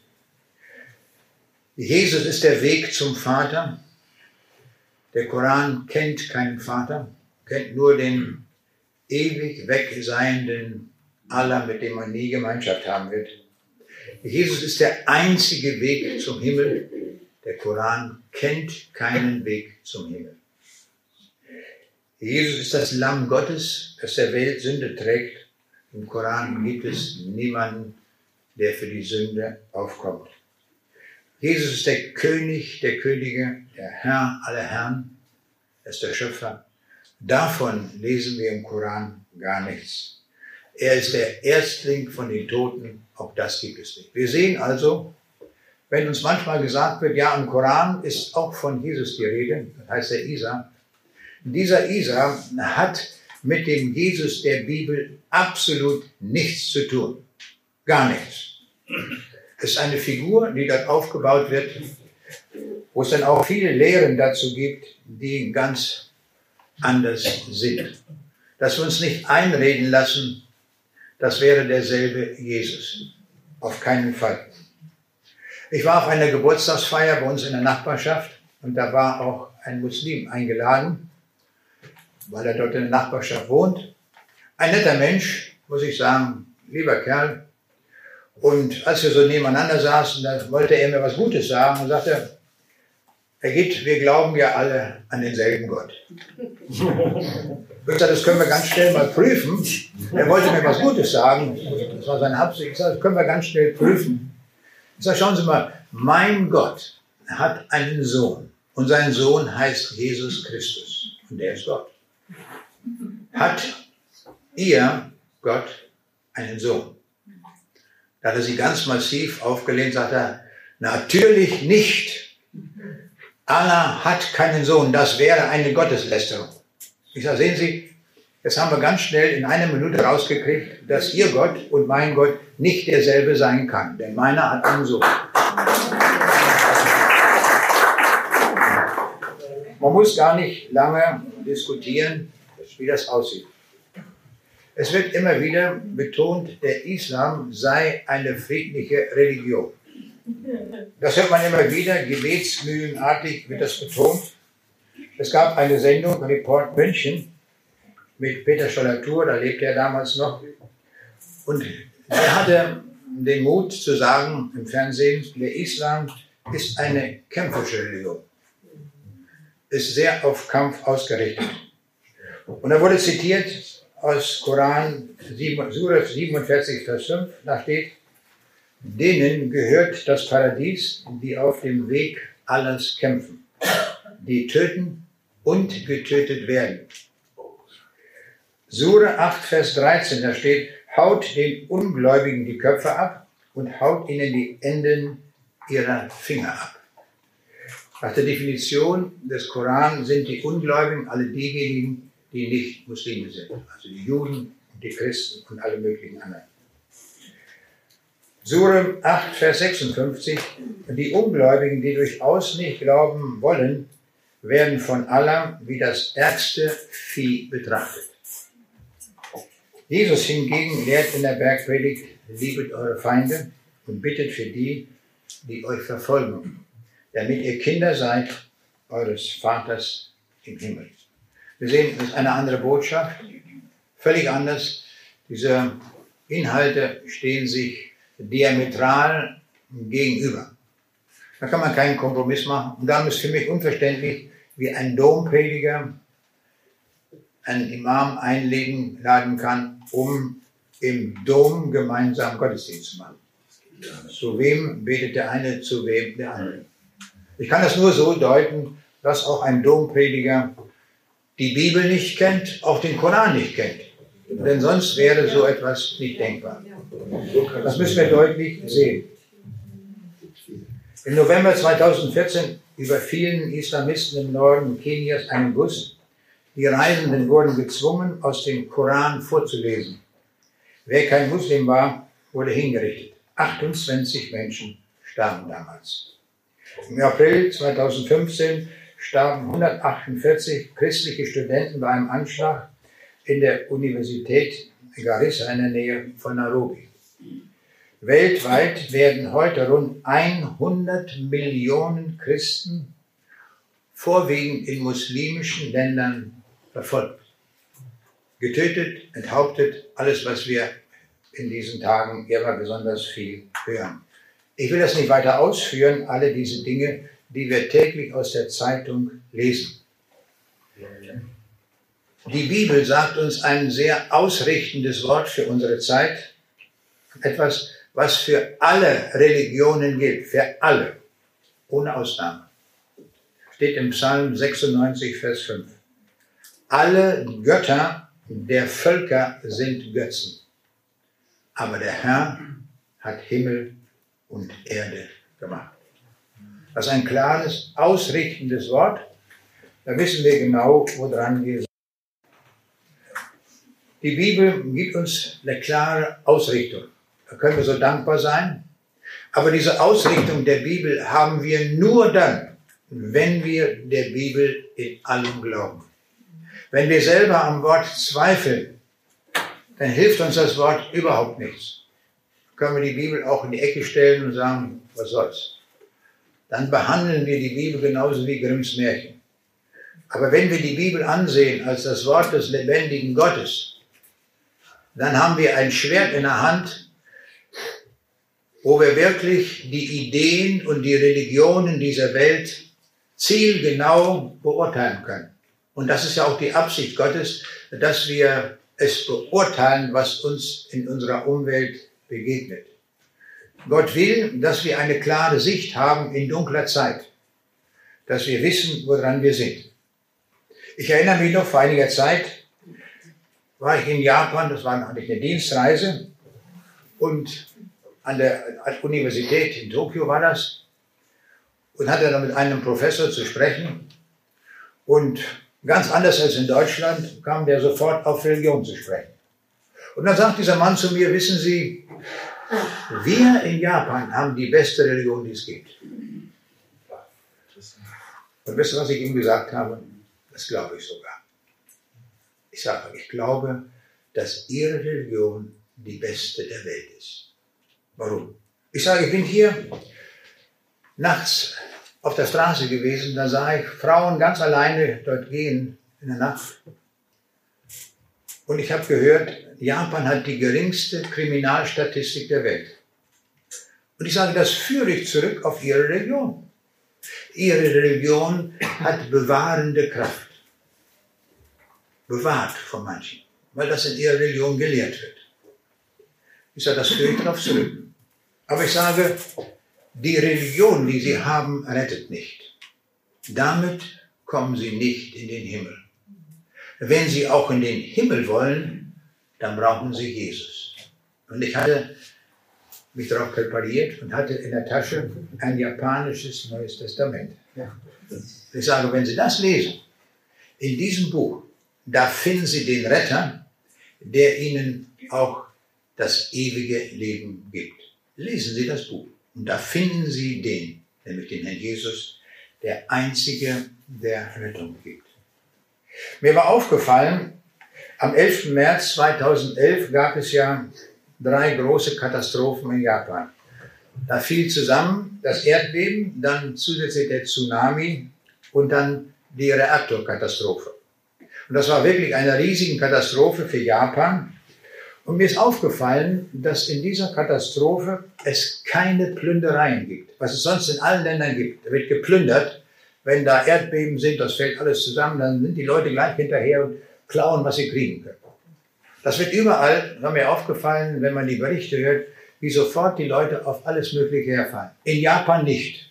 Jesus ist der Weg zum Vater. Der Koran kennt keinen Vater, kennt nur den ewig wegseienden Allah, mit dem man nie Gemeinschaft haben wird. Jesus ist der einzige Weg zum Himmel. Der Koran kennt keinen Weg zum Himmel. Jesus ist das Lamm Gottes, das der Welt Sünde trägt. Im Koran gibt es niemanden, der für die Sünde aufkommt. Jesus ist der König der Könige, der Herr aller Herren, er ist der Schöpfer. Davon lesen wir im Koran gar nichts. Er ist der Erstling von den Toten, auch das gibt es nicht. Wir sehen also, Wenn uns manchmal gesagt wird, ja, im Koran ist auch von Jesus die Rede, das heißt der Isa. Dieser Isa hat mit dem Jesus der Bibel absolut nichts zu tun. Gar nichts. Es ist eine Figur, die dort aufgebaut wird, wo es dann auch viele Lehren dazu gibt, die ganz anders sind. Dass wir uns nicht einreden lassen, das wäre derselbe Jesus. Auf keinen Fall. Ich war auf einer Geburtstagsfeier bei uns in der Nachbarschaft und da war auch ein Muslim eingeladen, weil er dort in der Nachbarschaft wohnt. Ein netter Mensch, muss ich sagen, lieber Kerl. Und als wir so nebeneinander saßen, da wollte er mir was Gutes sagen und sagte, Herr Gitt, wir glauben ja alle an denselben Gott. Ich sagte, das können wir ganz schnell mal prüfen. Er wollte mir was Gutes sagen, das war seine Absicht. Ich sagte, das können wir ganz schnell prüfen. Ich sage, schauen Sie mal, mein Gott hat einen Sohn und sein Sohn heißt Jesus Christus und der ist Gott. Hat ihr, Gott, einen Sohn? Da hat er sie ganz massiv aufgelehnt, sagt er, natürlich nicht. Allah hat keinen Sohn, das wäre eine Gotteslästerung. Ich sage, sehen Sie, jetzt haben wir ganz schnell in einer Minute rausgekriegt, dass Ihr Gott und mein Gott nicht derselbe sein kann, denn meiner hat einen Sohn. Man muss gar nicht lange diskutieren, wie das aussieht. Es wird immer wieder betont, der Islam sei eine friedliche Religion. Das hört man immer wieder, gebetsmühlenartig wird das betont. Es gab eine Sendung, Report München, mit Peter Scholler-Thur, da lebte er damals noch. Und er hatte den Mut zu sagen im Fernsehen, der Islam ist eine kämpferische Religion. Ist sehr auf Kampf ausgerichtet. Und da wurde zitiert aus Koran, Surah 47, Vers 5, da steht, denen gehört das Paradies, die auf dem Weg Allahs kämpfen, die töten und getötet werden. Surah 8, Vers 13, da steht, haut den Ungläubigen die Köpfe ab und haut ihnen die Enden ihrer Finger ab. Nach der Definition des Koran sind die Ungläubigen alle diejenigen, die nicht Muslime sind, also die Juden, die Christen und alle möglichen anderen. Surah 8, Vers 56, die Ungläubigen, die durchaus nicht glauben wollen, werden von Allah wie das ärgste Vieh betrachtet. Jesus hingegen lehrt in der Bergpredigt, liebet eure Feinde und bittet für die, die euch verfolgen, damit ihr Kinder seid eures Vaters im Himmel. Wir sehen, das ist eine andere Botschaft, völlig anders. Diese Inhalte stehen sich diametral gegenüber. Da kann man keinen Kompromiss machen. Und darum ist für mich unverständlich, wie ein Domprediger einen Imam einladen kann, um im Dom gemeinsam Gottesdienst zu machen. Zu wem betet der eine, zu wem der andere. Ich kann das nur so deuten, dass auch ein Domprediger die Bibel nicht kennt, auch den Koran nicht kennt. Denn sonst wäre so etwas nicht denkbar. Das müssen wir deutlich sehen. Im November 2014 überfielen Islamisten im Norden Kenias einen Bus. Die Reisenden wurden gezwungen, aus dem Koran vorzulesen. Wer kein Muslim war, wurde hingerichtet. 28 Menschen starben damals. Im April 2015 starben 148 christliche Studenten bei einem Anschlag in der Universität Garissa in der Nähe von Nairobi. Weltweit werden heute rund 100 Millionen Christen, vorwiegend in muslimischen Ländern, verfolgt. Getötet, enthauptet, alles, was wir in diesen Tagen immer besonders viel hören. Ich will das nicht weiter ausführen, alle diese Dinge, die wir täglich aus der Zeitung lesen. Die Bibel sagt uns ein sehr ausrichtendes Wort für unsere Zeit. Etwas, was für alle Religionen gilt, für alle, ohne Ausnahme. Steht im Psalm 96, Vers 5. Alle Götter der Völker sind Götzen, aber der Herr hat Himmel und Erde gemacht. Das ist ein klares, ausrichtendes Wort. Da wissen wir genau, woran wir sind. Die Bibel gibt uns eine klare Ausrichtung. Da können wir so dankbar sein. Aber diese Ausrichtung der Bibel haben wir nur dann, wenn wir der Bibel in allem glauben. Wenn wir selber am Wort zweifeln, dann hilft uns das Wort überhaupt nichts. Dann können wir die Bibel auch in die Ecke stellen und sagen, was soll's. Dann behandeln wir die Bibel genauso wie Grimms Märchen. Aber wenn wir die Bibel ansehen als das Wort des lebendigen Gottes, dann haben wir ein Schwert in der Hand, wo wir wirklich die Ideen und die Religionen dieser Welt zielgenau beurteilen können. Und das ist ja auch die Absicht Gottes, dass wir es beurteilen, was uns in unserer Umwelt begegnet. Gott will, dass wir eine klare Sicht haben in dunkler Zeit, dass wir wissen, woran wir sind. Ich erinnere mich noch, vor einiger Zeit war ich in Japan, hatte ich eine Dienstreise und an der Universität in Tokio war das und hatte dann mit einem Professor zu sprechen und ganz anders als in Deutschland kam der sofort auf Religion zu sprechen. Und dann sagt dieser Mann zu mir, wissen Sie, wir in Japan haben die beste Religion, die es gibt. Und wisst ihr, was ich ihm gesagt habe? Das glaube ich sogar. Ich sage, ich glaube, dass Ihre Religion die beste der Welt ist. Warum? Ich sage, ich bin hier nachts auf der Straße gewesen, da sah ich Frauen ganz alleine dort gehen in der Nacht. Und ich habe gehört, Japan hat die geringste Kriminalstatistik der Welt. Und ich sage, das führe ich zurück auf ihre Religion. Ihre Religion hat bewahrende Kraft. Bewahrt von manchen, weil das in ihrer Religion gelehrt wird. Ich sage, das führe ich darauf zurück. Aber ich sage, die Religion, die sie haben, rettet nicht. Damit kommen sie nicht in den Himmel. Wenn sie auch in den Himmel wollen, dann brauchen sie Jesus. Und ich hatte mich darauf präpariert und hatte in der Tasche ein japanisches Neues Testament. Ich sage, wenn Sie das lesen, in diesem Buch, da finden Sie den Retter, der Ihnen auch das ewige Leben gibt. Lesen Sie das Buch und da finden Sie den, nämlich den Herrn Jesus, der Einzige, der Rettung gibt. Mir war aufgefallen, am 11. März 2011 gab es ja 3 große Katastrophen in Japan. Da fiel zusammen das Erdbeben, dann zusätzlich der Tsunami und dann die Reaktorkatastrophe. Und das war wirklich eine riesige Katastrophe für Japan. Und mir ist aufgefallen, dass in dieser Katastrophe es keine Plündereien gibt. Was es sonst in allen Ländern gibt. Da wird geplündert. Wenn da Erdbeben sind, das fällt alles zusammen, dann sind die Leute gleich hinterher und klauen, was sie kriegen können. Das wird überall, war mir aufgefallen, wenn man die Berichte hört, wie sofort die Leute auf alles Mögliche herfallen. In Japan nicht.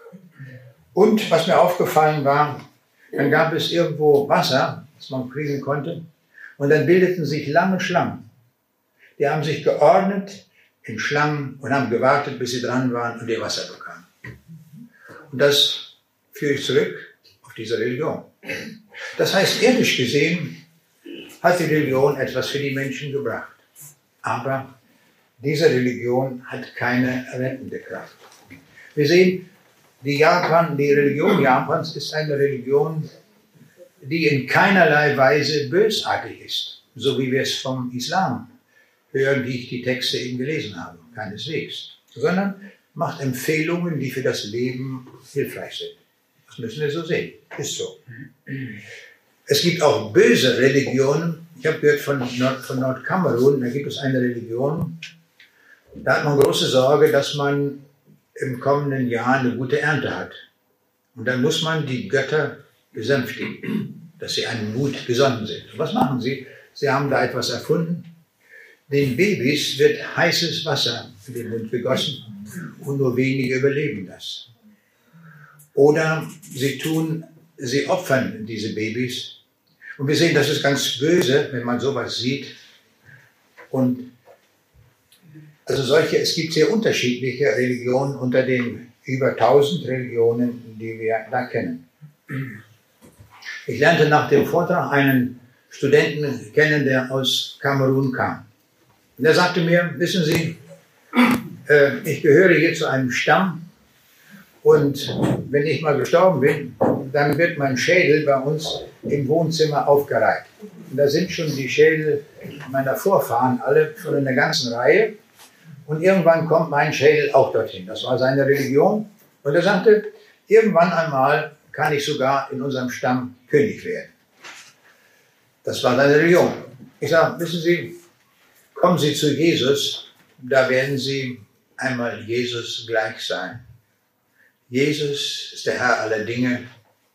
Und was mir aufgefallen war, dann gab es irgendwo Wasser, das man kriegen konnte, und dann bildeten sich lange Schlangen. Die haben sich geordnet in Schlangen und haben gewartet, bis sie dran waren und ihr Wasser bekamen. Und das führe ich zurück auf diese Religion. Das heißt, irdisch gesehen hat die Religion etwas für die Menschen gebracht. Aber diese Religion hat keine rettende Kraft. Wir sehen, die Religion Japans ist eine Religion, die in keinerlei Weise bösartig ist, so wie wir es vom Islam hören, wie ich die Texte eben gelesen habe, keineswegs, sondern macht Empfehlungen, die für das Leben hilfreich sind. Das müssen wir so sehen, ist so. Es gibt auch böse Religionen. Ich habe gehört von Nordkamerun, da gibt es eine Religion, da hat man große Sorge, dass man im kommenden Jahr eine gute Ernte hat. Und dann muss man die Götter besänftigen, dass sie einen Mut gesonnen sind. Und was machen sie? Sie haben da etwas erfunden. Den Babys wird heißes Wasser in den Mund gegossen und nur wenige überleben das. Oder sie opfern diese Babys. Und wir sehen, das ist ganz böse, wenn man sowas sieht. Und also es gibt sehr unterschiedliche Religionen unter den über 1000 Religionen, die wir da kennen. Ich lernte nach dem Vortrag einen Studenten kennen, der aus Kamerun kam. Und er sagte mir, wissen Sie, ich gehöre hier zu einem Stamm und wenn ich mal gestorben bin, dann wird mein Schädel bei uns im Wohnzimmer aufgereiht. Und da sind schon die Schädel meiner Vorfahren alle schon in der ganzen Reihe. Und irgendwann kommt mein Schädel auch dorthin. Das war seine Religion. Und er sagte, irgendwann einmal kann ich sogar in unserem Stamm König werden. Das war seine Religion. Ich sage, wissen Sie, kommen Sie zu Jesus, da werden Sie einmal Jesus gleich sein. Jesus ist der Herr aller Dinge.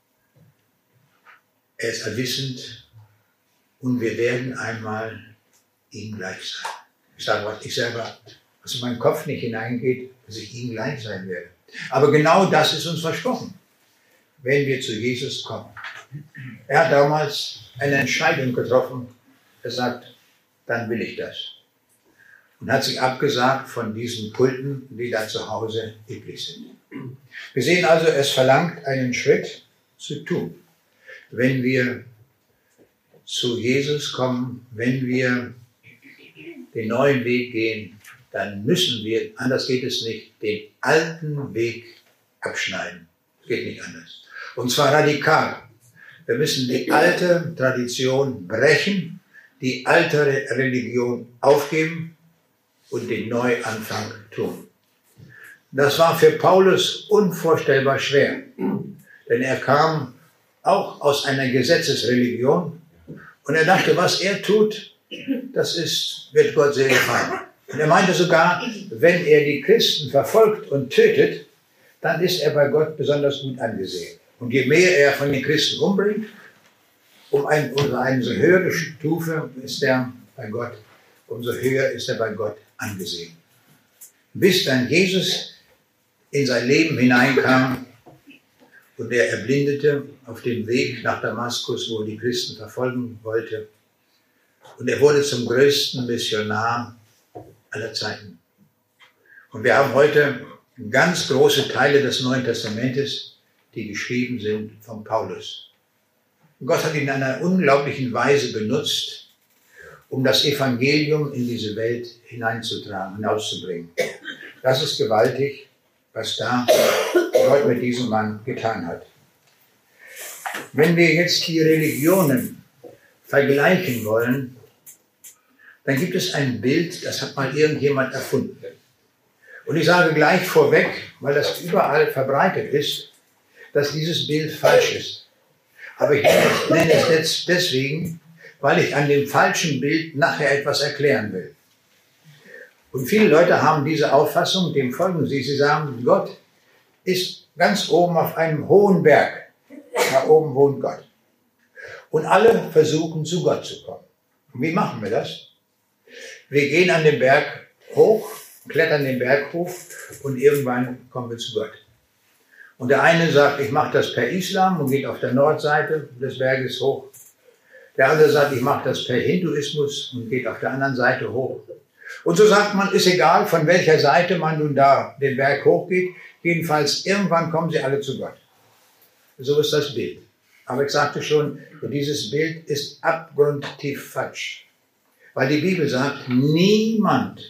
Er ist allwissend und wir werden einmal ihm gleich sein. Ich sage, was ich selber, was in meinen Kopf nicht hineingeht, dass ich ihm gleich sein werde. Aber genau das ist uns versprochen, wenn wir zu Jesus kommen. Er hat damals eine Entscheidung getroffen. Er sagt, dann will ich das. Und hat sich abgesagt von diesen Kulten, die da zu Hause üblich sind. Wir sehen also, es verlangt einen Schritt zu tun. Wenn wir zu Jesus kommen, wenn wir den neuen Weg gehen, dann müssen wir, anders geht es nicht, den alten Weg abschneiden. Es geht nicht anders. Und zwar radikal. Wir müssen die alte Tradition brechen, die alte Religion aufgeben und den Neuanfang tun. Das war für Paulus unvorstellbar schwer, denn er kam auch aus einer Gesetzesreligion und er dachte, was er tut, wird Gott sehr gefallen. Und er meinte sogar, wenn er die Christen verfolgt und tötet, dann ist er bei Gott besonders gut angesehen. Und je mehr er von den Christen umbringt, umso eine höhere Stufe ist er bei Gott, umso höher ist er bei Gott angesehen. Bis dann Jesus in sein Leben hineinkam und er erblindete auf dem Weg nach Damaskus, wo er die Christen verfolgen wollte. Und er wurde zum größten Missionar aller Zeiten. Und wir haben heute ganz große Teile des Neuen Testamentes, die geschrieben sind von Paulus. Und Gott hat ihn in einer unglaublichen Weise benutzt, um das Evangelium in diese Welt hineinzutragen, hinauszubringen. Das ist gewaltig, was da Gott mit diesem Mann getan hat. Wenn wir jetzt die Religionen vergleichen wollen, dann gibt es ein Bild, das hat mal irgendjemand erfunden. Und ich sage gleich vorweg, weil das überall verbreitet ist, dass dieses Bild falsch ist. Aber ich nenne es jetzt deswegen, weil ich an dem falschen Bild nachher etwas erklären will. Und viele Leute haben diese Auffassung, dem folgen sie. Sie sagen, Gott ist ganz oben auf einem hohen Berg. Da oben wohnt Gott. Und alle versuchen, zu Gott zu kommen. Und wie machen wir das? Wir gehen an den Berg hoch, klettern den Berg hoch und irgendwann kommen wir zu Gott. Und der eine sagt, ich mache das per Islam und geht auf der Nordseite des Berges hoch. Der andere sagt, ich mache das per Hinduismus und geht auf der anderen Seite hoch. Und so sagt man, ist egal, von welcher Seite man nun da den Berg hochgeht. Jedenfalls, irgendwann kommen sie alle zu Gott. So ist das Bild. Aber ich sagte schon, dieses Bild ist abgrundtief falsch. Weil die Bibel sagt, niemand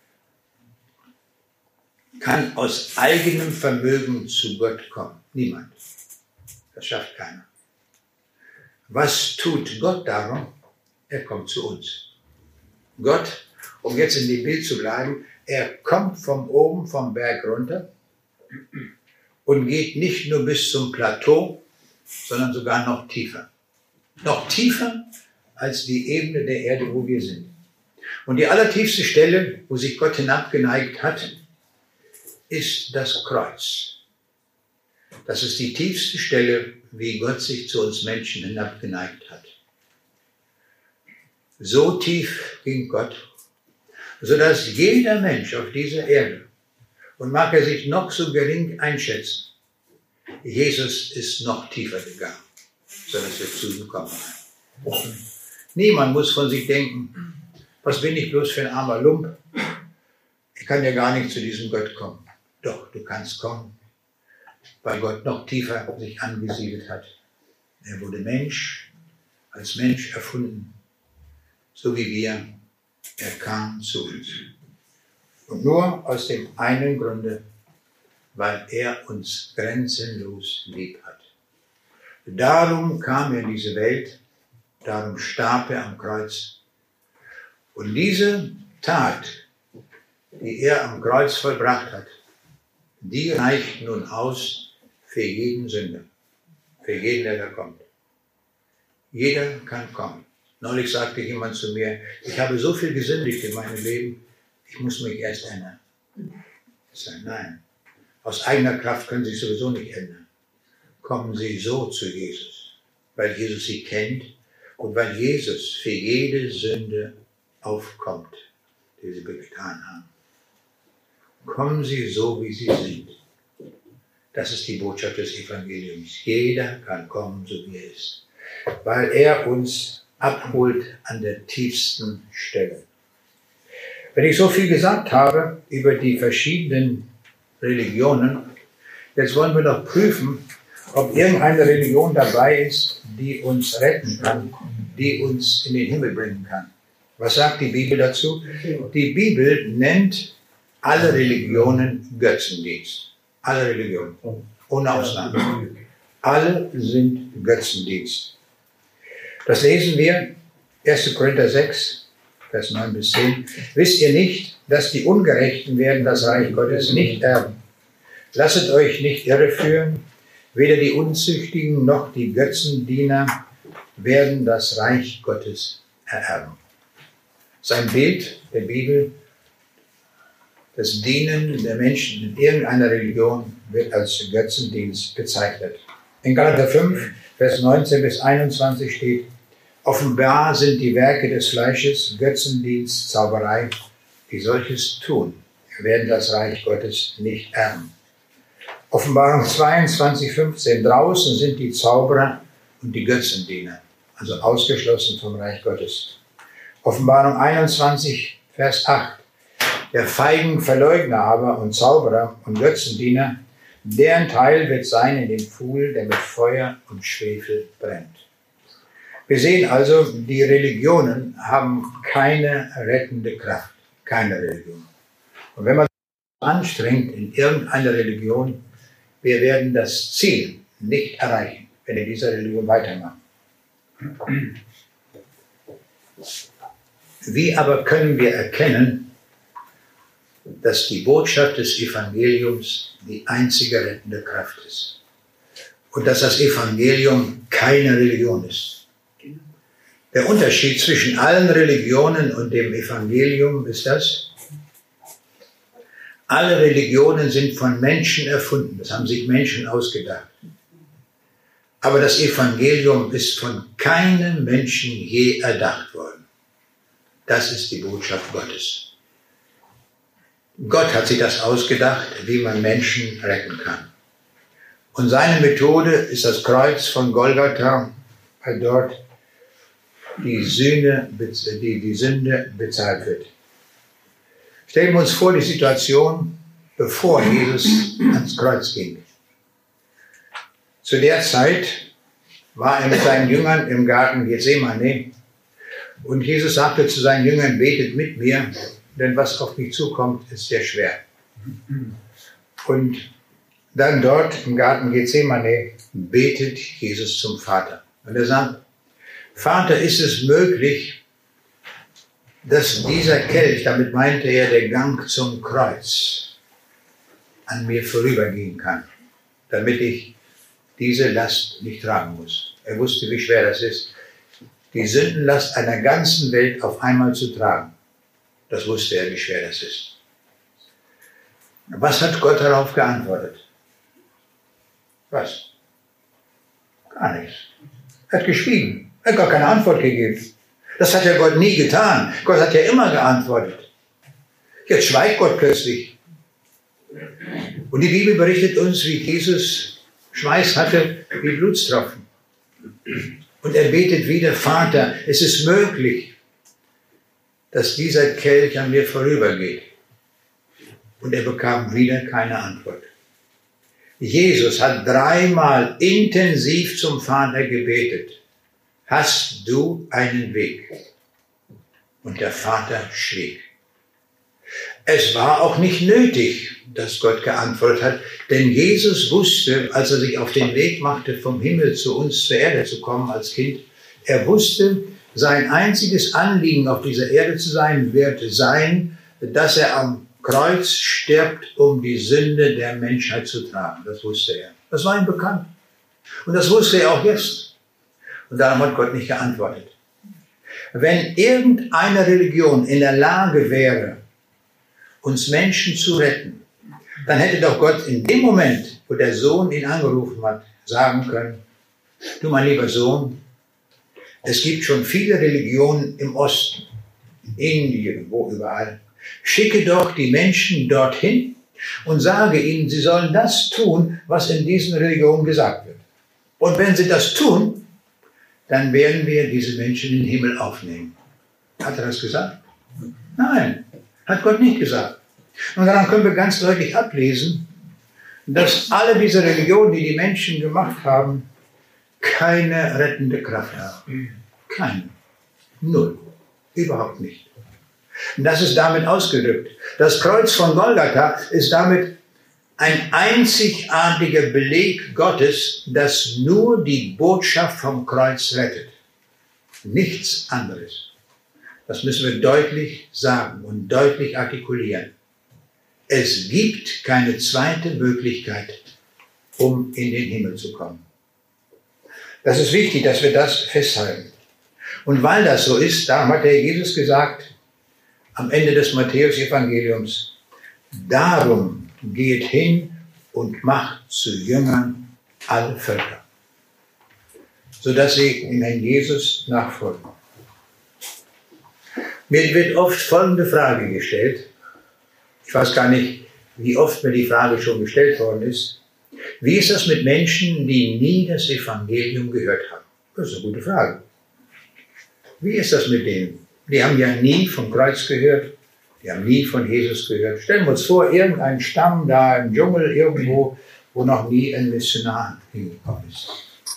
kann aus eigenem Vermögen zu Gott kommen. Niemand. Das schafft keiner. Was tut Gott darum? Er kommt zu uns. Gott, um jetzt in dem Bild zu bleiben, er kommt von oben vom Berg runter und geht nicht nur bis zum Plateau, sondern sogar noch tiefer. Noch tiefer als die Ebene der Erde, wo wir sind. Und die allertiefste Stelle, wo sich Gott hinabgeneigt hat, ist das Kreuz. Das ist die tiefste Stelle, wie Gott sich zu uns Menschen hinabgeneigt hat. So tief ging Gott, sodass jeder Mensch auf dieser Erde, und mag er sich noch so gering einschätzen, Jesus ist noch tiefer gegangen, sodass wir zu ihm kommen. Niemand muss von sich denken, was bin ich bloß für ein armer Lump? Ich kann ja gar nicht zu diesem Gott kommen. Doch, du kannst kommen, weil Gott noch tiefer sich angesiedelt hat. Er wurde Mensch, als Mensch erfunden, so wie wir. Er kam zu uns. Und nur aus dem einen Grunde, weil er uns grenzenlos lieb hat. Darum kam er in diese Welt, darum starb er am Kreuz. Und diese Tat, die er am Kreuz vollbracht hat, die reicht nun aus für jeden Sünder, für jeden, der da kommt. Jeder kann kommen. Neulich sagte jemand zu mir, ich habe so viel gesündigt in meinem Leben, ich muss mich erst ändern. Ich sage, nein, aus eigener Kraft können Sie sich sowieso nicht ändern. Kommen Sie so zu Jesus, weil Jesus Sie kennt und weil Jesus für jede Sünde aufkommt, die Sie getan haben. Kommen Sie so, wie Sie sind. Das ist die Botschaft des Evangeliums. Jeder kann kommen, so wie er ist, weil er uns abholt an der tiefsten Stelle. Wenn ich so viel gesagt habe über die verschiedenen Religionen, jetzt wollen wir doch prüfen, ob irgendeine Religion dabei ist, die uns retten kann, die uns in den Himmel bringen kann. Was sagt die Bibel dazu? Die Bibel nennt alle Religionen Götzendienst. Alle Religionen, ohne Ausnahme. Alle sind Götzendienst. Das lesen wir, 1. Korinther 6, Vers 9 bis 10. Wisst ihr nicht, dass die Ungerechten werden das Reich Gottes nicht erben? Lasset euch nicht irreführen, weder die Unzüchtigen noch die Götzendiener werden das Reich Gottes ererben. Sein Bild der Bibel, das Dienen der Menschen in irgendeiner Religion wird als Götzendienst bezeichnet. In Galater 5, Vers 19 bis 21 steht, offenbar sind die Werke des Fleisches, Götzendienst, Zauberei, die solches tun, werden das Reich Gottes nicht erben. Offenbarung 22, 15, draußen sind die Zauberer und die Götzendiener, also ausgeschlossen vom Reich Gottes. Offenbarung 21, Vers 8, der feigen Verleugner aber und Zauberer und Götzendiener, deren Teil wird sein in dem Pfuhl, der mit Feuer und Schwefel brennt. Wir sehen also, die Religionen haben keine rettende Kraft. Keine Religion. Und wenn man sich anstrengt in irgendeiner Religion, wir werden das Ziel nicht erreichen, wenn wir in dieser Religion weitermachen. Wie aber können wir erkennen, dass die Botschaft des Evangeliums die einzige rettende Kraft ist? Und dass das Evangelium keine Religion ist? Der Unterschied zwischen allen Religionen und dem Evangelium ist das: Alle Religionen sind von Menschen erfunden, das haben sich Menschen ausgedacht. Aber das Evangelium ist von keinem Menschen je erdacht worden. Das ist die Botschaft Gottes. Gott hat sich das ausgedacht, wie man Menschen retten kann. Und seine Methode ist das Kreuz von Golgatha, weil dort die Sünde bezahlt wird. Stellen wir uns vor, die Situation, bevor Jesus ans Kreuz ging. Zu der Zeit war er mit seinen Jüngern im Garten Gethsemane und Jesus sagte zu seinen Jüngern, betet mit mir, denn was auf mich zukommt, ist sehr schwer. Und dann dort im Garten Gethsemane betet Jesus zum Vater. Und er sagt, Vater, ist es möglich, dass dieser Kelch, damit meinte er der Gang zum Kreuz, an mir vorübergehen kann, damit ich diese Last nicht tragen muss. Er wusste, wie schwer das ist, die Sündenlast einer ganzen Welt auf einmal zu tragen. Das wusste er, wie schwer das ist. Was hat Gott darauf geantwortet? Was? Gar nichts. Er hat geschwiegen. Er hat gar keine Antwort gegeben. Das hat ja Gott nie getan. Gott hat ja immer geantwortet. Jetzt schweigt Gott plötzlich. Und die Bibel berichtet uns, wie Jesus Schweiß hatte wie Blutstropfen. Und er betet wieder, Vater, es ist möglich, dass dieser Kelch an mir vorübergeht. Und er bekam wieder keine Antwort. Jesus hat dreimal intensiv zum Vater gebetet. Hast du einen Weg? Und der Vater schwieg. Es war auch nicht nötig, dass Gott geantwortet hat, denn Jesus wusste, als er sich auf den Weg machte, vom Himmel zu uns zur Erde zu kommen als Kind, er wusste, sein einziges Anliegen auf dieser Erde zu sein, wird sein, dass er am Kreuz stirbt, um die Sünde der Menschheit zu tragen. Das wusste er. Das war ihm bekannt. Und das wusste er auch jetzt. Und darum hat Gott nicht geantwortet. Wenn irgendeine Religion in der Lage wäre, uns Menschen zu retten, dann hätte doch Gott in dem Moment, wo der Sohn ihn angerufen hat, sagen können, du mein lieber Sohn, es gibt schon viele Religionen im Osten, in Indien, wo überall. Schicke doch die Menschen dorthin und sage ihnen, sie sollen das tun, was in diesen Religionen gesagt wird. Und wenn sie das tun, dann werden wir diese Menschen in den Himmel aufnehmen. Hat er das gesagt? Nein, hat Gott nicht gesagt. Und daran können wir ganz deutlich ablesen, dass alle diese Religionen, die die Menschen gemacht haben, keine rettende Kraft haben. Keine. Null. Überhaupt nicht. Und das ist damit ausgedrückt. Das Kreuz von Golgatha ist damit ein einzigartiger Beleg Gottes, dass nur die Botschaft vom Kreuz rettet. Nichts anderes. Das müssen wir deutlich sagen und deutlich artikulieren. Es gibt keine zweite Möglichkeit, um in den Himmel zu kommen. Das ist wichtig, dass wir das festhalten. Und weil das so ist, darum hat der Jesus gesagt, am Ende des Matthäus-Evangeliums, darum geht hin und macht zu Jüngern alle Völker, sodass sie dem Herrn Jesus nachfolgen. Mir wird oft folgende Frage gestellt. Ich weiß gar nicht, wie oft mir die Frage schon gestellt worden ist. Wie ist das mit Menschen, die nie das Evangelium gehört haben? Das ist eine gute Frage. Wie ist das mit denen? Die haben ja nie vom Kreuz gehört. Die haben nie von Jesus gehört. Stellen wir uns vor, irgendein Stamm da im Dschungel irgendwo, wo noch nie ein Missionar hingekommen ist.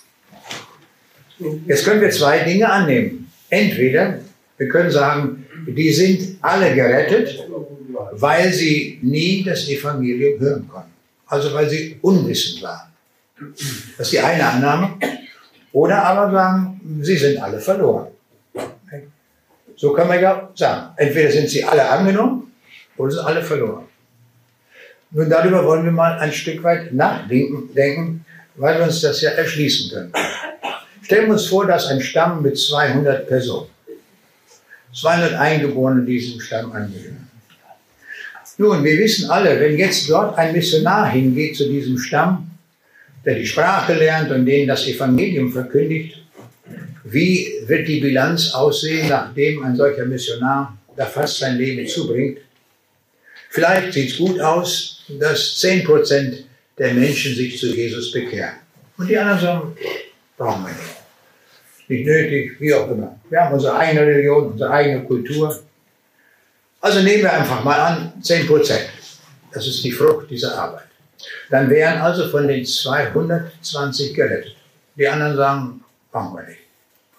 Jetzt können wir zwei Dinge annehmen. Entweder wir können sagen, die sind alle gerettet, weil sie nie das Evangelium hören konnten. Also weil sie unwissend waren. Das ist die eine Annahme. Oder aber sagen, sie sind alle verloren. So kann man ja sagen. Entweder sind sie alle angenommen oder sind alle verloren. Nun, darüber wollen wir mal ein Stück weit nachdenken, weil wir uns das ja erschließen können. Stellen wir uns vor, dass ein Stamm mit 200 Personen, 200 Eingeborene diesem Stamm angehören. Nun, wir wissen alle, wenn jetzt dort ein Missionar hingeht zu diesem Stamm, der die Sprache lernt und denen das Evangelium verkündigt, wie wird die Bilanz aussehen, nachdem ein solcher Missionar da fast sein Leben zubringt? Vielleicht sieht es gut aus, dass 10% der Menschen sich zu Jesus bekehren. Und die anderen sagen, brauchen wir nicht. Nicht nötig, wie auch immer. Wir haben unsere eigene Religion, unsere eigene Kultur. Also nehmen wir einfach mal an, 10%. Das ist die Frucht dieser Arbeit. Dann wären also von den 220 gerettet. Die anderen sagen, brauchen wir nicht.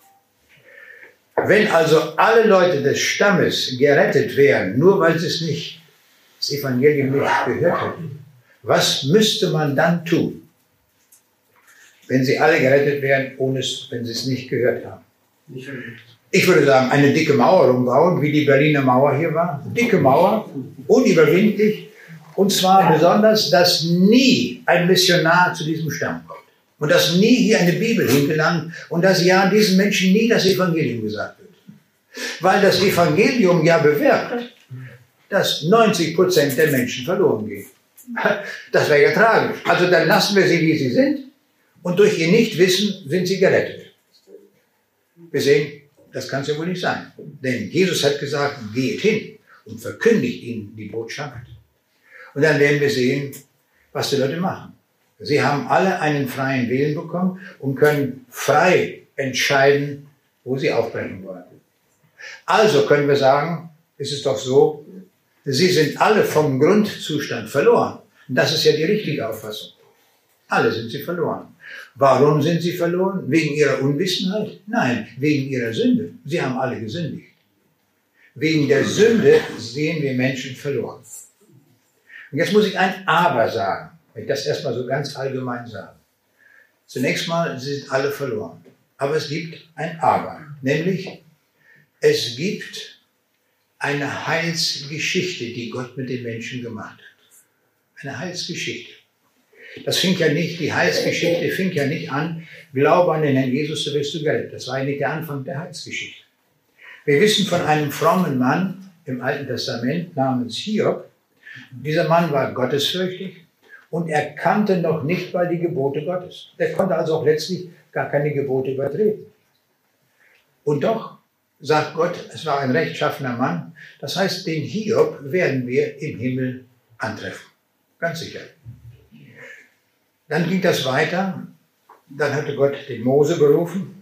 Wenn also alle Leute des Stammes gerettet wären, nur weil sie das Evangelium nicht gehört hätten, was müsste man dann tun, wenn sie alle gerettet wären, wenn sie es nicht gehört haben? Ich würde sagen, eine dicke Mauer umbauen, wie die Berliner Mauer hier war. Dicke Mauer, unüberwindlich, und zwar besonders, dass nie ein Missionar zu diesem Stamm kommt. Und dass nie hier eine Bibel hingelangt und dass ja diesen Menschen nie das Evangelium gesagt wird. Weil das Evangelium ja bewirkt, dass 90% der Menschen verloren gehen. Das wäre ja tragisch. Also dann lassen wir sie, wie sie sind, und durch ihr Nichtwissen sind sie gerettet. Wir sehen, das kann es ja wohl nicht sein. Denn Jesus hat gesagt, geht hin und verkündigt ihnen die Botschaft. Und dann werden wir sehen, was die Leute machen. Sie haben alle einen freien Willen bekommen und können frei entscheiden, wo sie aufbrechen wollen. Also können wir sagen, es ist doch so, sie sind alle vom Grundzustand verloren. Und das ist ja die richtige Auffassung. Alle sind sie verloren. Warum sind sie verloren? Wegen ihrer Unwissenheit? Nein, wegen ihrer Sünde. Sie haben alle gesündigt. Wegen der Sünde sehen wir Menschen verloren. Und jetzt muss ich ein Aber sagen, wenn ich das erstmal so ganz allgemein sage. Zunächst mal, sie sind alle verloren. Aber es gibt ein Aber, nämlich es gibt eine Heilsgeschichte, die Gott mit den Menschen gemacht hat. Eine Heilsgeschichte. Die Heilsgeschichte fing ja nicht an, glaube an den Herrn Jesus, so wirst du gerettet. Das war ja nicht der Anfang der Heilsgeschichte. Wir wissen von einem frommen Mann im Alten Testament namens Hiob. Dieser Mann war gottesfürchtig und er kannte noch nicht mal die Gebote Gottes. Er konnte also auch letztlich gar keine Gebote übertreten. Und doch sagt Gott, es war ein rechtschaffener Mann. Das heißt, den Hiob werden wir im Himmel antreffen. Ganz sicher. Dann ging das weiter. Dann hatte Gott den Mose berufen.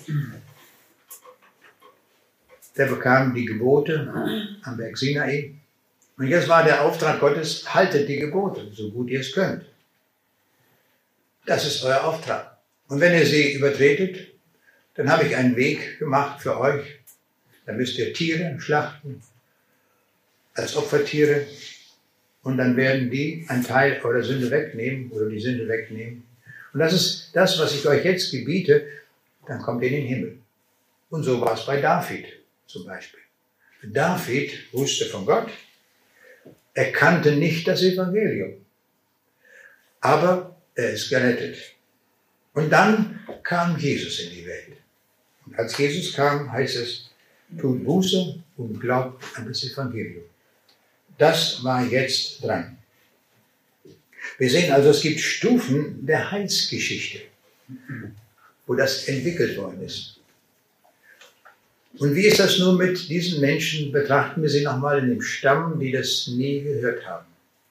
Der bekam die Gebote am Berg Sinai. Und jetzt war der Auftrag Gottes, haltet die Gebote, so gut ihr es könnt. Das ist euer Auftrag. Und wenn ihr sie übertretet, dann habe ich einen Weg gemacht für euch. Dann müsst ihr Tiere schlachten, als Opfertiere. Und dann werden die einen Teil eurer Sünde wegnehmen oder die Sünde wegnehmen. Und das ist das, was ich euch jetzt gebiete. Dann kommt ihr in den Himmel. Und so war es bei David zum Beispiel. David wusste von Gott. Er kannte nicht das Evangelium. Aber er ist gerettet. Und dann kam Jesus in die Welt. Und als Jesus kam, heißt es, tut Buße und glaubt an das Evangelium. Das war jetzt dran. Wir sehen also, es gibt Stufen der Heilsgeschichte, wo das entwickelt worden ist. Und wie ist das nun mit diesen Menschen? Betrachten wir sie nochmal in dem Stamm, die das nie gehört haben.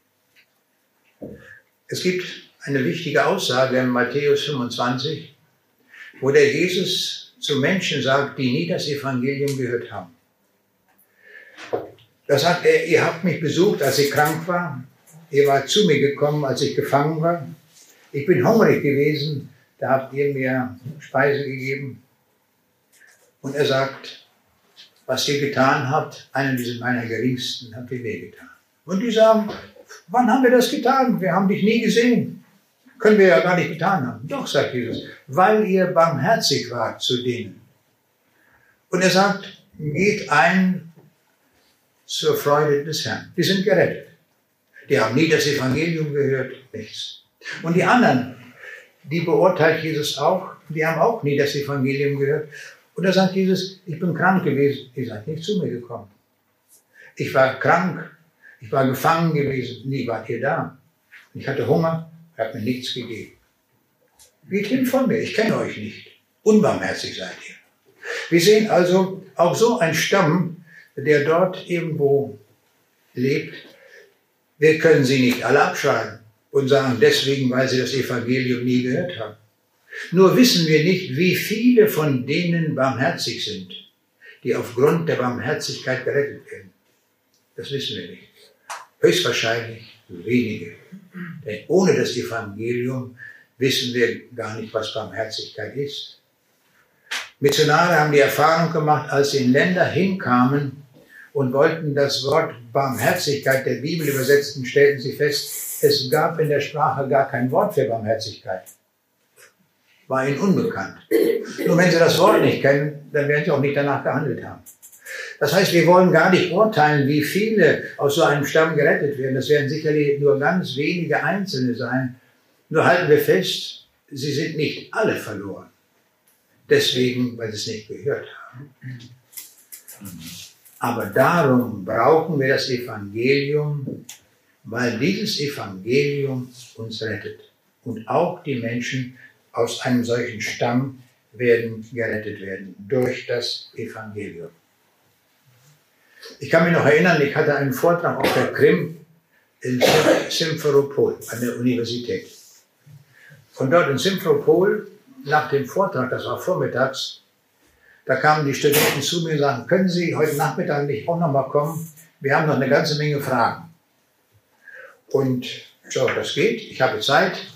Es gibt eine wichtige Aussage in Matthäus 25, wo der Jesus zu Menschen sagt, die nie das Evangelium gehört haben. Da sagt er, ihr habt mich besucht, als ich krank war. Ihr wart zu mir gekommen, als ich gefangen war. Ich bin hungrig gewesen, da habt ihr mir Speise gegeben. Und er sagt, was ihr getan habt, einem dieser meiner Geringsten, habt ihr wehgetan. Und die sagen, wann haben wir das getan? Wir haben dich nie gesehen. Können wir ja gar nicht getan haben. Doch, sagt Jesus, weil ihr barmherzig wart zu denen. Und er sagt, geht ein zur Freude des Herrn. Die sind gerettet. Die haben nie das Evangelium gehört, nichts. Und die anderen, die beurteilt Jesus auch, die haben auch nie das Evangelium gehört. Und da sagt Jesus, ich bin krank gewesen, ihr seid nicht zu mir gekommen. Ich war krank, ich war gefangen gewesen, nie wart ihr da. Ich hatte Hunger, ihr habt mir nichts gegeben. Geht hin von mir, ich kenne euch nicht. Unbarmherzig seid ihr. Wir sehen also auch so einen Stamm, der dort irgendwo lebt. Wir können sie nicht alle abschreiben und sagen, deswegen, weil sie das Evangelium nie gehört haben. Nur wissen wir nicht, wie viele von denen barmherzig sind, die aufgrund der Barmherzigkeit gerettet werden. Das wissen wir nicht. Höchstwahrscheinlich wenige. Denn ohne das Evangelium wissen wir gar nicht, was Barmherzigkeit ist. Missionare haben die Erfahrung gemacht, als sie in Länder hinkamen und wollten das Wort Barmherzigkeit der Bibel übersetzen, stellten sie fest, es gab in der Sprache gar kein Wort für Barmherzigkeit. War ihnen unbekannt. Nur wenn sie das Wort nicht kennen, dann werden sie auch nicht danach gehandelt haben. Das heißt, wir wollen gar nicht urteilen, wie viele aus so einem Stamm gerettet werden. Das werden sicherlich nur ganz wenige Einzelne sein. Nur halten wir fest, sie sind nicht alle verloren. Deswegen, weil sie es nicht gehört haben. Aber darum brauchen wir das Evangelium, weil dieses Evangelium uns rettet. Und auch die Menschen aus einem solchen Stamm werden gerettet werden durch das Evangelium. Ich kann mich noch erinnern, ich hatte einen Vortrag auf der Krim in Simferopol an der Universität. Und dort in Simferopol, nach dem Vortrag, das war vormittags, da kamen die Studenten zu mir und sagten, können Sie heute Nachmittag nicht auch noch mal kommen? Wir haben noch eine ganze Menge Fragen. Und so, das geht, ich habe Zeit.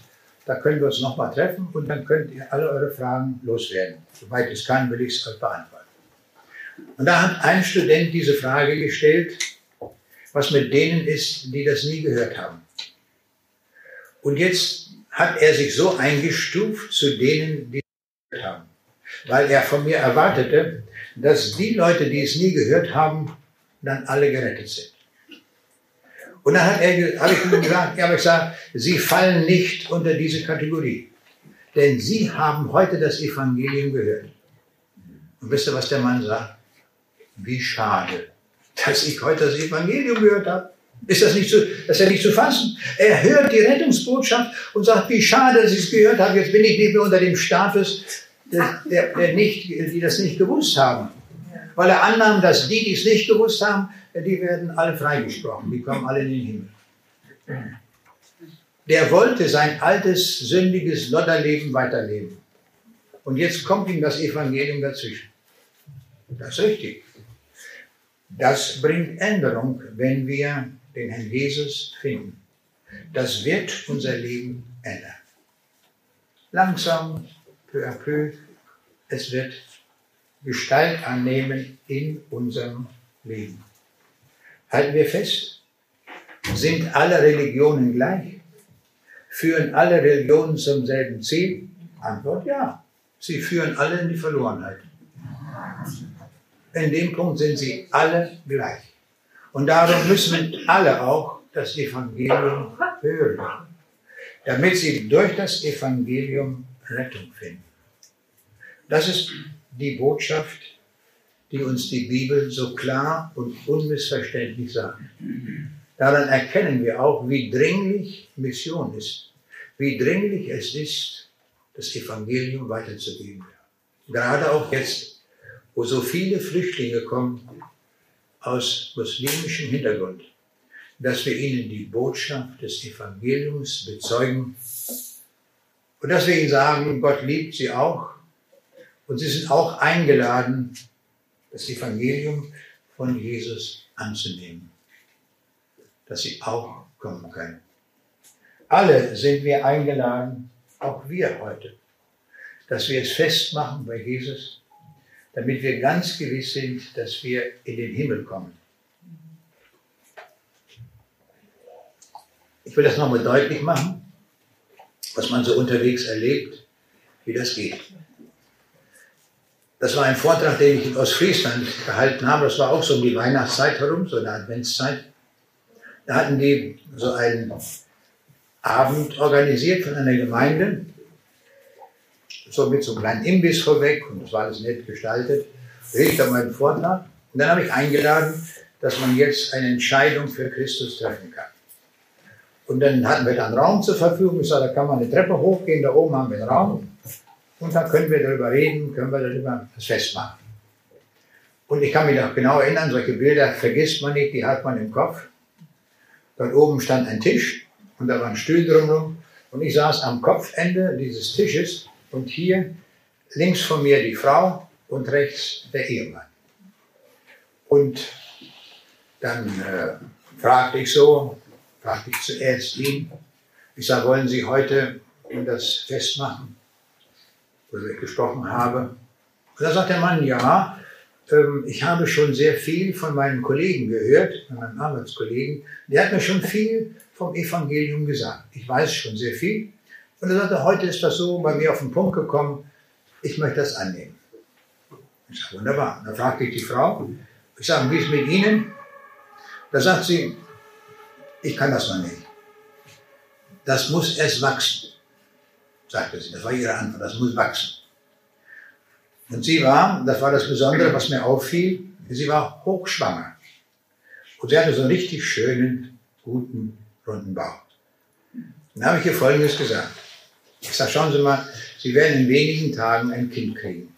da können wir uns nochmal treffen und dann könnt ihr alle eure Fragen loswerden. Soweit es kann, will ich es euch beantworten. Und da hat ein Student diese Frage gestellt, was mit denen ist, die das nie gehört haben. Und jetzt hat er sich so eingestuft zu denen, die es gehört haben. Weil er von mir erwartete, dass die Leute, die es nie gehört haben, dann alle gerettet sind. Und dann habe ich ihm gesagt, Sie fallen nicht unter diese Kategorie. Denn Sie haben heute das Evangelium gehört. Und wisst ihr, was der Mann sagt? Wie schade, dass ich heute das Evangelium gehört habe. Ist das nicht zu fassen? Er hört die Rettungsbotschaft und sagt, wie schade, dass ich es gehört habe. Jetzt bin ich nicht mehr unter dem Status, die das nicht gewusst haben. Weil er annahm, dass die es nicht gewusst haben, die werden alle freigesprochen. Die kommen alle in den Himmel. Der wollte sein altes, sündiges Lodderleben weiterleben. Und jetzt kommt ihm das Evangelium dazwischen. Das ist richtig. Das bringt Änderung, wenn wir den Herrn Jesus finden. Das wird unser Leben ändern. Langsam, peu à peu, es wird Gestalt annehmen in unserem Leben. Halten wir fest, sind alle Religionen gleich? Führen alle Religionen zum selben Ziel? Antwort ja. Sie führen alle in die Verlorenheit. In dem Punkt sind sie alle gleich. Und darum müssen alle auch das Evangelium hören, damit sie durch das Evangelium Rettung finden. Das ist die Botschaft, die uns die Bibel so klar und unmissverständlich sagt. Daran erkennen wir auch, wie dringlich Mission ist, wie dringlich es ist, das Evangelium weiterzugeben. Gerade auch jetzt, wo so viele Flüchtlinge kommen aus muslimischem Hintergrund, dass wir ihnen die Botschaft des Evangeliums bezeugen und dass wir ihnen sagen, Gott liebt sie auch und sie sind auch eingeladen, das Evangelium von Jesus anzunehmen, dass sie auch kommen können. Alle sind wir eingeladen, auch wir heute, dass wir es festmachen bei Jesus, damit wir ganz gewiss sind, dass wir in den Himmel kommen. Ich will das nochmal deutlich machen, was man so unterwegs erlebt, wie das geht. Das war ein Vortrag, den ich in Ostfriesland gehalten habe. Das war auch so um die Weihnachtszeit herum, so eine Adventszeit. Da hatten die so einen Abend organisiert von einer Gemeinde, so mit so einem kleinen Imbiss vorweg, und das war alles nett gestaltet. Da hielt ich da meinen Vortrag und dann habe ich eingeladen, dass man jetzt eine Entscheidung für Christus treffen kann. Und dann hatten wir da einen Raum zur Verfügung. Ich sagte, da kann man eine Treppe hochgehen, da oben haben wir einen Raum. Und dann können wir darüber reden, können wir darüber das festmachen. Und ich kann mich noch genau erinnern, solche Bilder vergisst man nicht, die hat man im Kopf. Dort oben stand ein Tisch und da war ein Stuhl drumherum. Und ich saß am Kopfende dieses Tisches und hier links von mir die Frau und rechts der Ehemann. Und dann fragte ich zuerst ihn, ich sage, wollen Sie heute das festmachen, worüber ich gesprochen habe? Und da sagt der Mann, ja, ich habe schon sehr viel von meinen Kollegen gehört, von meinen Arbeitskollegen, der hat mir schon viel vom Evangelium gesagt. Ich weiß schon sehr viel. Und er sagte, heute ist das so bei mir auf den Punkt gekommen, ich möchte das annehmen. Ich sage, wunderbar. Dann fragte ich die Frau, ich sage, wie ist es mit Ihnen? Da sagt sie, ich kann das noch nicht. Das muss erst wachsen, sagte sie. Das war ihre Antwort, das muss wachsen. Und sie war, das war das Besondere, was mir auffiel, sie war hochschwanger. Und sie hatte so einen richtig schönen, guten, runden Bauch. Dann habe ich ihr Folgendes gesagt. Ich sage, schauen Sie mal, Sie werden in wenigen Tagen ein Kind kriegen.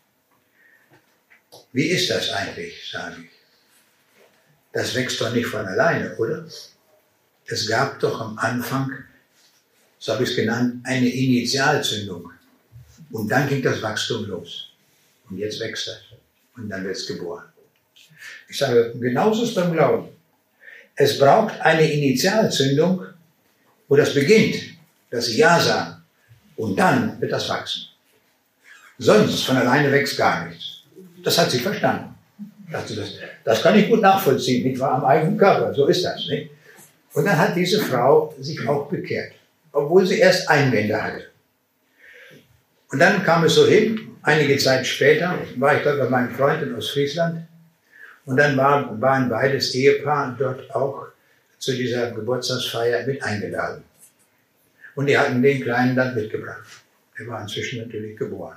Wie ist das eigentlich, sage ich. Das wächst doch nicht von alleine, oder? Es gab doch am Anfang, so habe ich es genannt, eine Initialzündung. Und dann ging das Wachstum los. Und jetzt wächst das. Und dann wird es geboren. Ich sage, genauso ist es beim Glauben. Es braucht eine Initialzündung, wo das beginnt, dass Sie Ja sagen. Und dann wird das wachsen. Sonst von alleine wächst gar nichts. Das hat sie verstanden. Das kann ich gut nachvollziehen, nicht wahr? Am eigenen Körper, so ist das, nicht? Und dann hat diese Frau sich auch bekehrt, obwohl sie erst Einwände hatte. Und dann kam es so hin, einige Zeit später war ich dort bei meinen Freunden aus Friesland und dann waren beides Ehepaar dort auch zu dieser Geburtstagsfeier mit eingeladen. Und die hatten den Kleinen dann mitgebracht. Er war inzwischen natürlich geboren.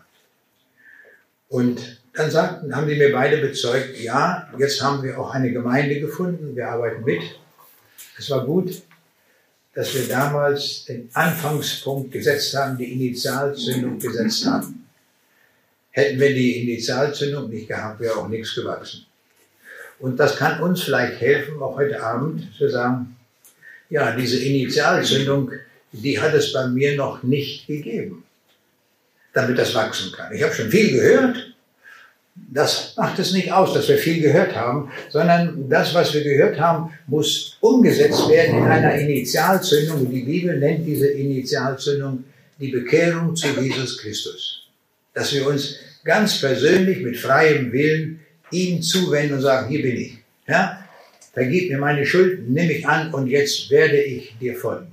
Und dann haben die mir beide bezeugt, ja, jetzt haben wir auch eine Gemeinde gefunden, wir arbeiten mit. Es war gut, dass wir damals den Anfangspunkt gesetzt haben, die Initialzündung gesetzt haben. Hätten wir die Initialzündung nicht gehabt, wäre auch nichts gewachsen. Und das kann uns vielleicht helfen, auch heute Abend zu sagen, ja, diese Initialzündung, die hat es bei mir noch nicht gegeben, damit das wachsen kann. Ich habe schon viel gehört. Das macht es nicht aus, dass wir viel gehört haben, sondern das, was wir gehört haben, muss umgesetzt werden in einer Initialzündung. Die Bibel nennt diese Initialzündung die Bekehrung zu Jesus Christus. Dass wir uns ganz persönlich mit freiem Willen ihm zuwenden und sagen, hier bin ich. Ja? Vergib mir meine Schuld, nimm mich an und jetzt werde ich dir folgen.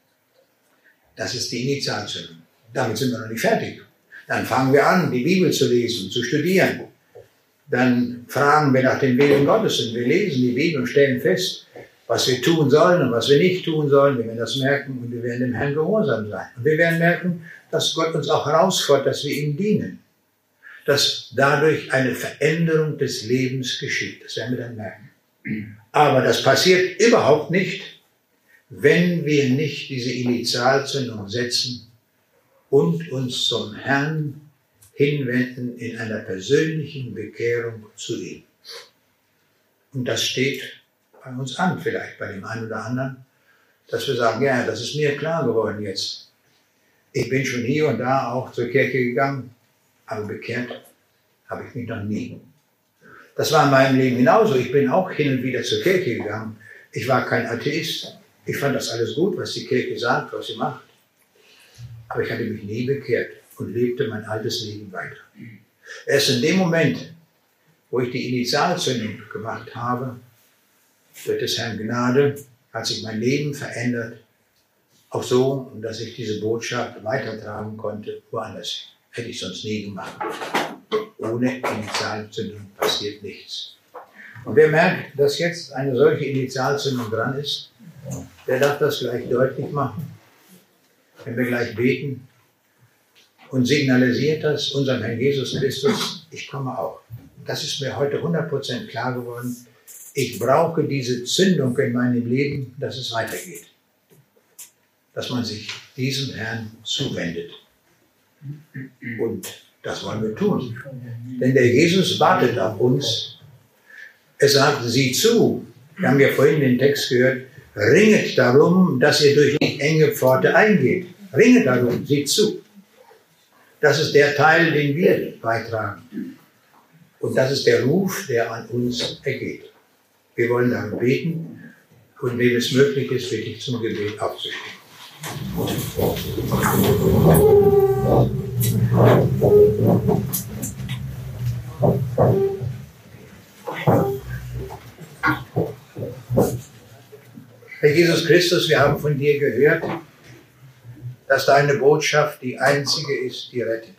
Das ist die Initialzündung. Damit sind wir noch nicht fertig. Dann fangen wir an, die Bibel zu lesen, zu studieren. Dann fragen wir nach den Willen Gottes und wir lesen die Bibel und stellen fest, was wir tun sollen und was wir nicht tun sollen. Wir werden das merken und wir werden dem Herrn gehorsam sein. Und wir werden merken, dass Gott uns auch herausfordert, dass wir ihm dienen. Dass dadurch eine Veränderung des Lebens geschieht. Das werden wir dann merken. Aber das passiert überhaupt nicht, wenn wir nicht diese Initialzündung setzen und uns zum Herrn hinwenden in einer persönlichen Bekehrung zu ihm. Und das steht bei uns an, vielleicht bei dem einen oder anderen, dass wir sagen, ja, das ist mir klar geworden jetzt. Ich bin schon hier und da auch zur Kirche gegangen, aber bekehrt habe ich mich noch nie. Das war in meinem Leben genauso. Ich bin auch hin und wieder zur Kirche gegangen. Ich war kein Atheist. Ich fand das alles gut, was die Kirche sagt, was sie macht. Aber ich hatte mich nie bekehrt und lebte mein altes Leben weiter. Erst in dem Moment, wo ich die Initialzündung gemacht habe, durch des Herrn Gnade, hat sich mein Leben verändert. Auch so, dass ich diese Botschaft weitertragen konnte, woanders. Hätte ich sonst nie gemacht. Ohne Initialzündung passiert nichts. Und wer merkt, dass jetzt eine solche Initialzündung dran ist, der darf das gleich deutlich machen. Wenn wir gleich beten und signalisiert das unserem Herrn Jesus Christus, ich komme auch. Das ist mir heute 100% klar geworden. Ich brauche diese Zündung in meinem Leben, dass es weitergeht. Dass man sich diesem Herrn zuwendet. Und das wollen wir tun. Denn der Jesus wartet auf uns. Er sagt, sieh zu. Wir haben ja vorhin den Text gehört. Ringet darum, dass ihr durch die enge Pforte eingeht. Ringet darum, seht zu. Das ist der Teil, den wir beitragen. Und das ist der Ruf, der an uns ergeht. Wir wollen darum beten und wenn es möglich ist, bitte ich zum Gebet aufzustehen. Herr Jesus Christus, wir haben von dir gehört, dass deine Botschaft die einzige ist, die rettet.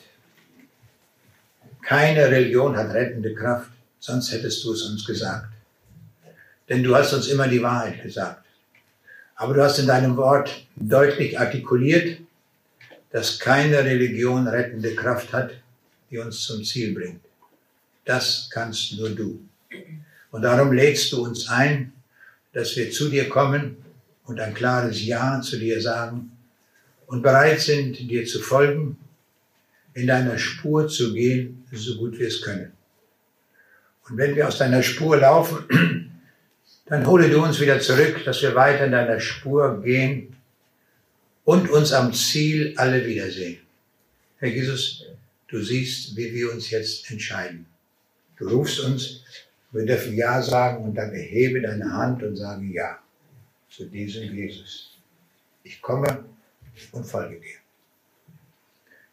Keine Religion hat rettende Kraft, sonst hättest du es uns gesagt. Denn du hast uns immer die Wahrheit gesagt. Aber du hast in deinem Wort deutlich artikuliert, dass keine Religion rettende Kraft hat, die uns zum Ziel bringt. Das kannst nur du. Und darum lädst du uns ein, dass wir zu dir kommen und ein klares Ja zu dir sagen und bereit sind, dir zu folgen, in deiner Spur zu gehen, so gut wir es können. Und wenn wir aus deiner Spur laufen, dann hole du uns wieder zurück, dass wir weiter in deiner Spur gehen und uns am Ziel alle wiedersehen. Herr Jesus, du siehst, wie wir uns jetzt entscheiden. Du rufst uns, wir dürfen Ja sagen und dann erhebe deine Hand und sage Ja zu diesem Jesus. Ich komme und folge dir.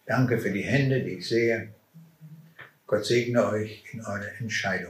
Danke für die Hände, die ich sehe. Gott segne euch in eurer Entscheidung.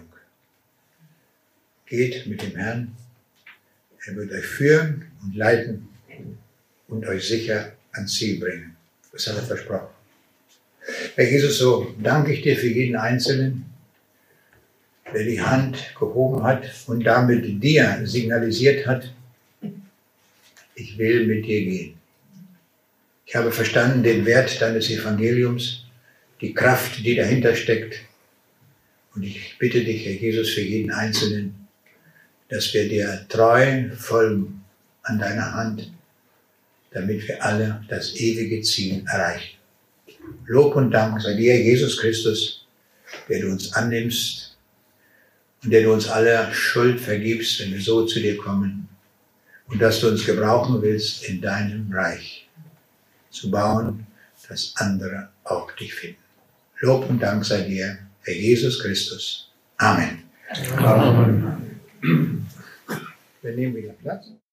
Geht mit dem Herrn. Er wird euch führen und leiten und euch sicher ans Ziel bringen. Das hat er versprochen. Herr Jesus, so danke ich dir für jeden Einzelnen, der die Hand gehoben hat und damit dir signalisiert hat, ich will mit dir gehen. Ich habe verstanden den Wert deines Evangeliums, die Kraft, die dahinter steckt. Und ich bitte dich, Herr Jesus, für jeden Einzelnen, dass wir dir treu folgen an deiner Hand, damit wir alle das ewige Ziel erreichen. Lob und Dank sei dir, Jesus Christus, der du uns annimmst und der du uns alle Schuld vergibst, wenn wir so zu dir kommen, und dass du uns gebrauchen willst, in deinem Reich zu bauen, dass andere auch dich finden. Lob und Dank sei dir, Herr Jesus Christus. Amen. Amen. Wir nehmen wieder Platz.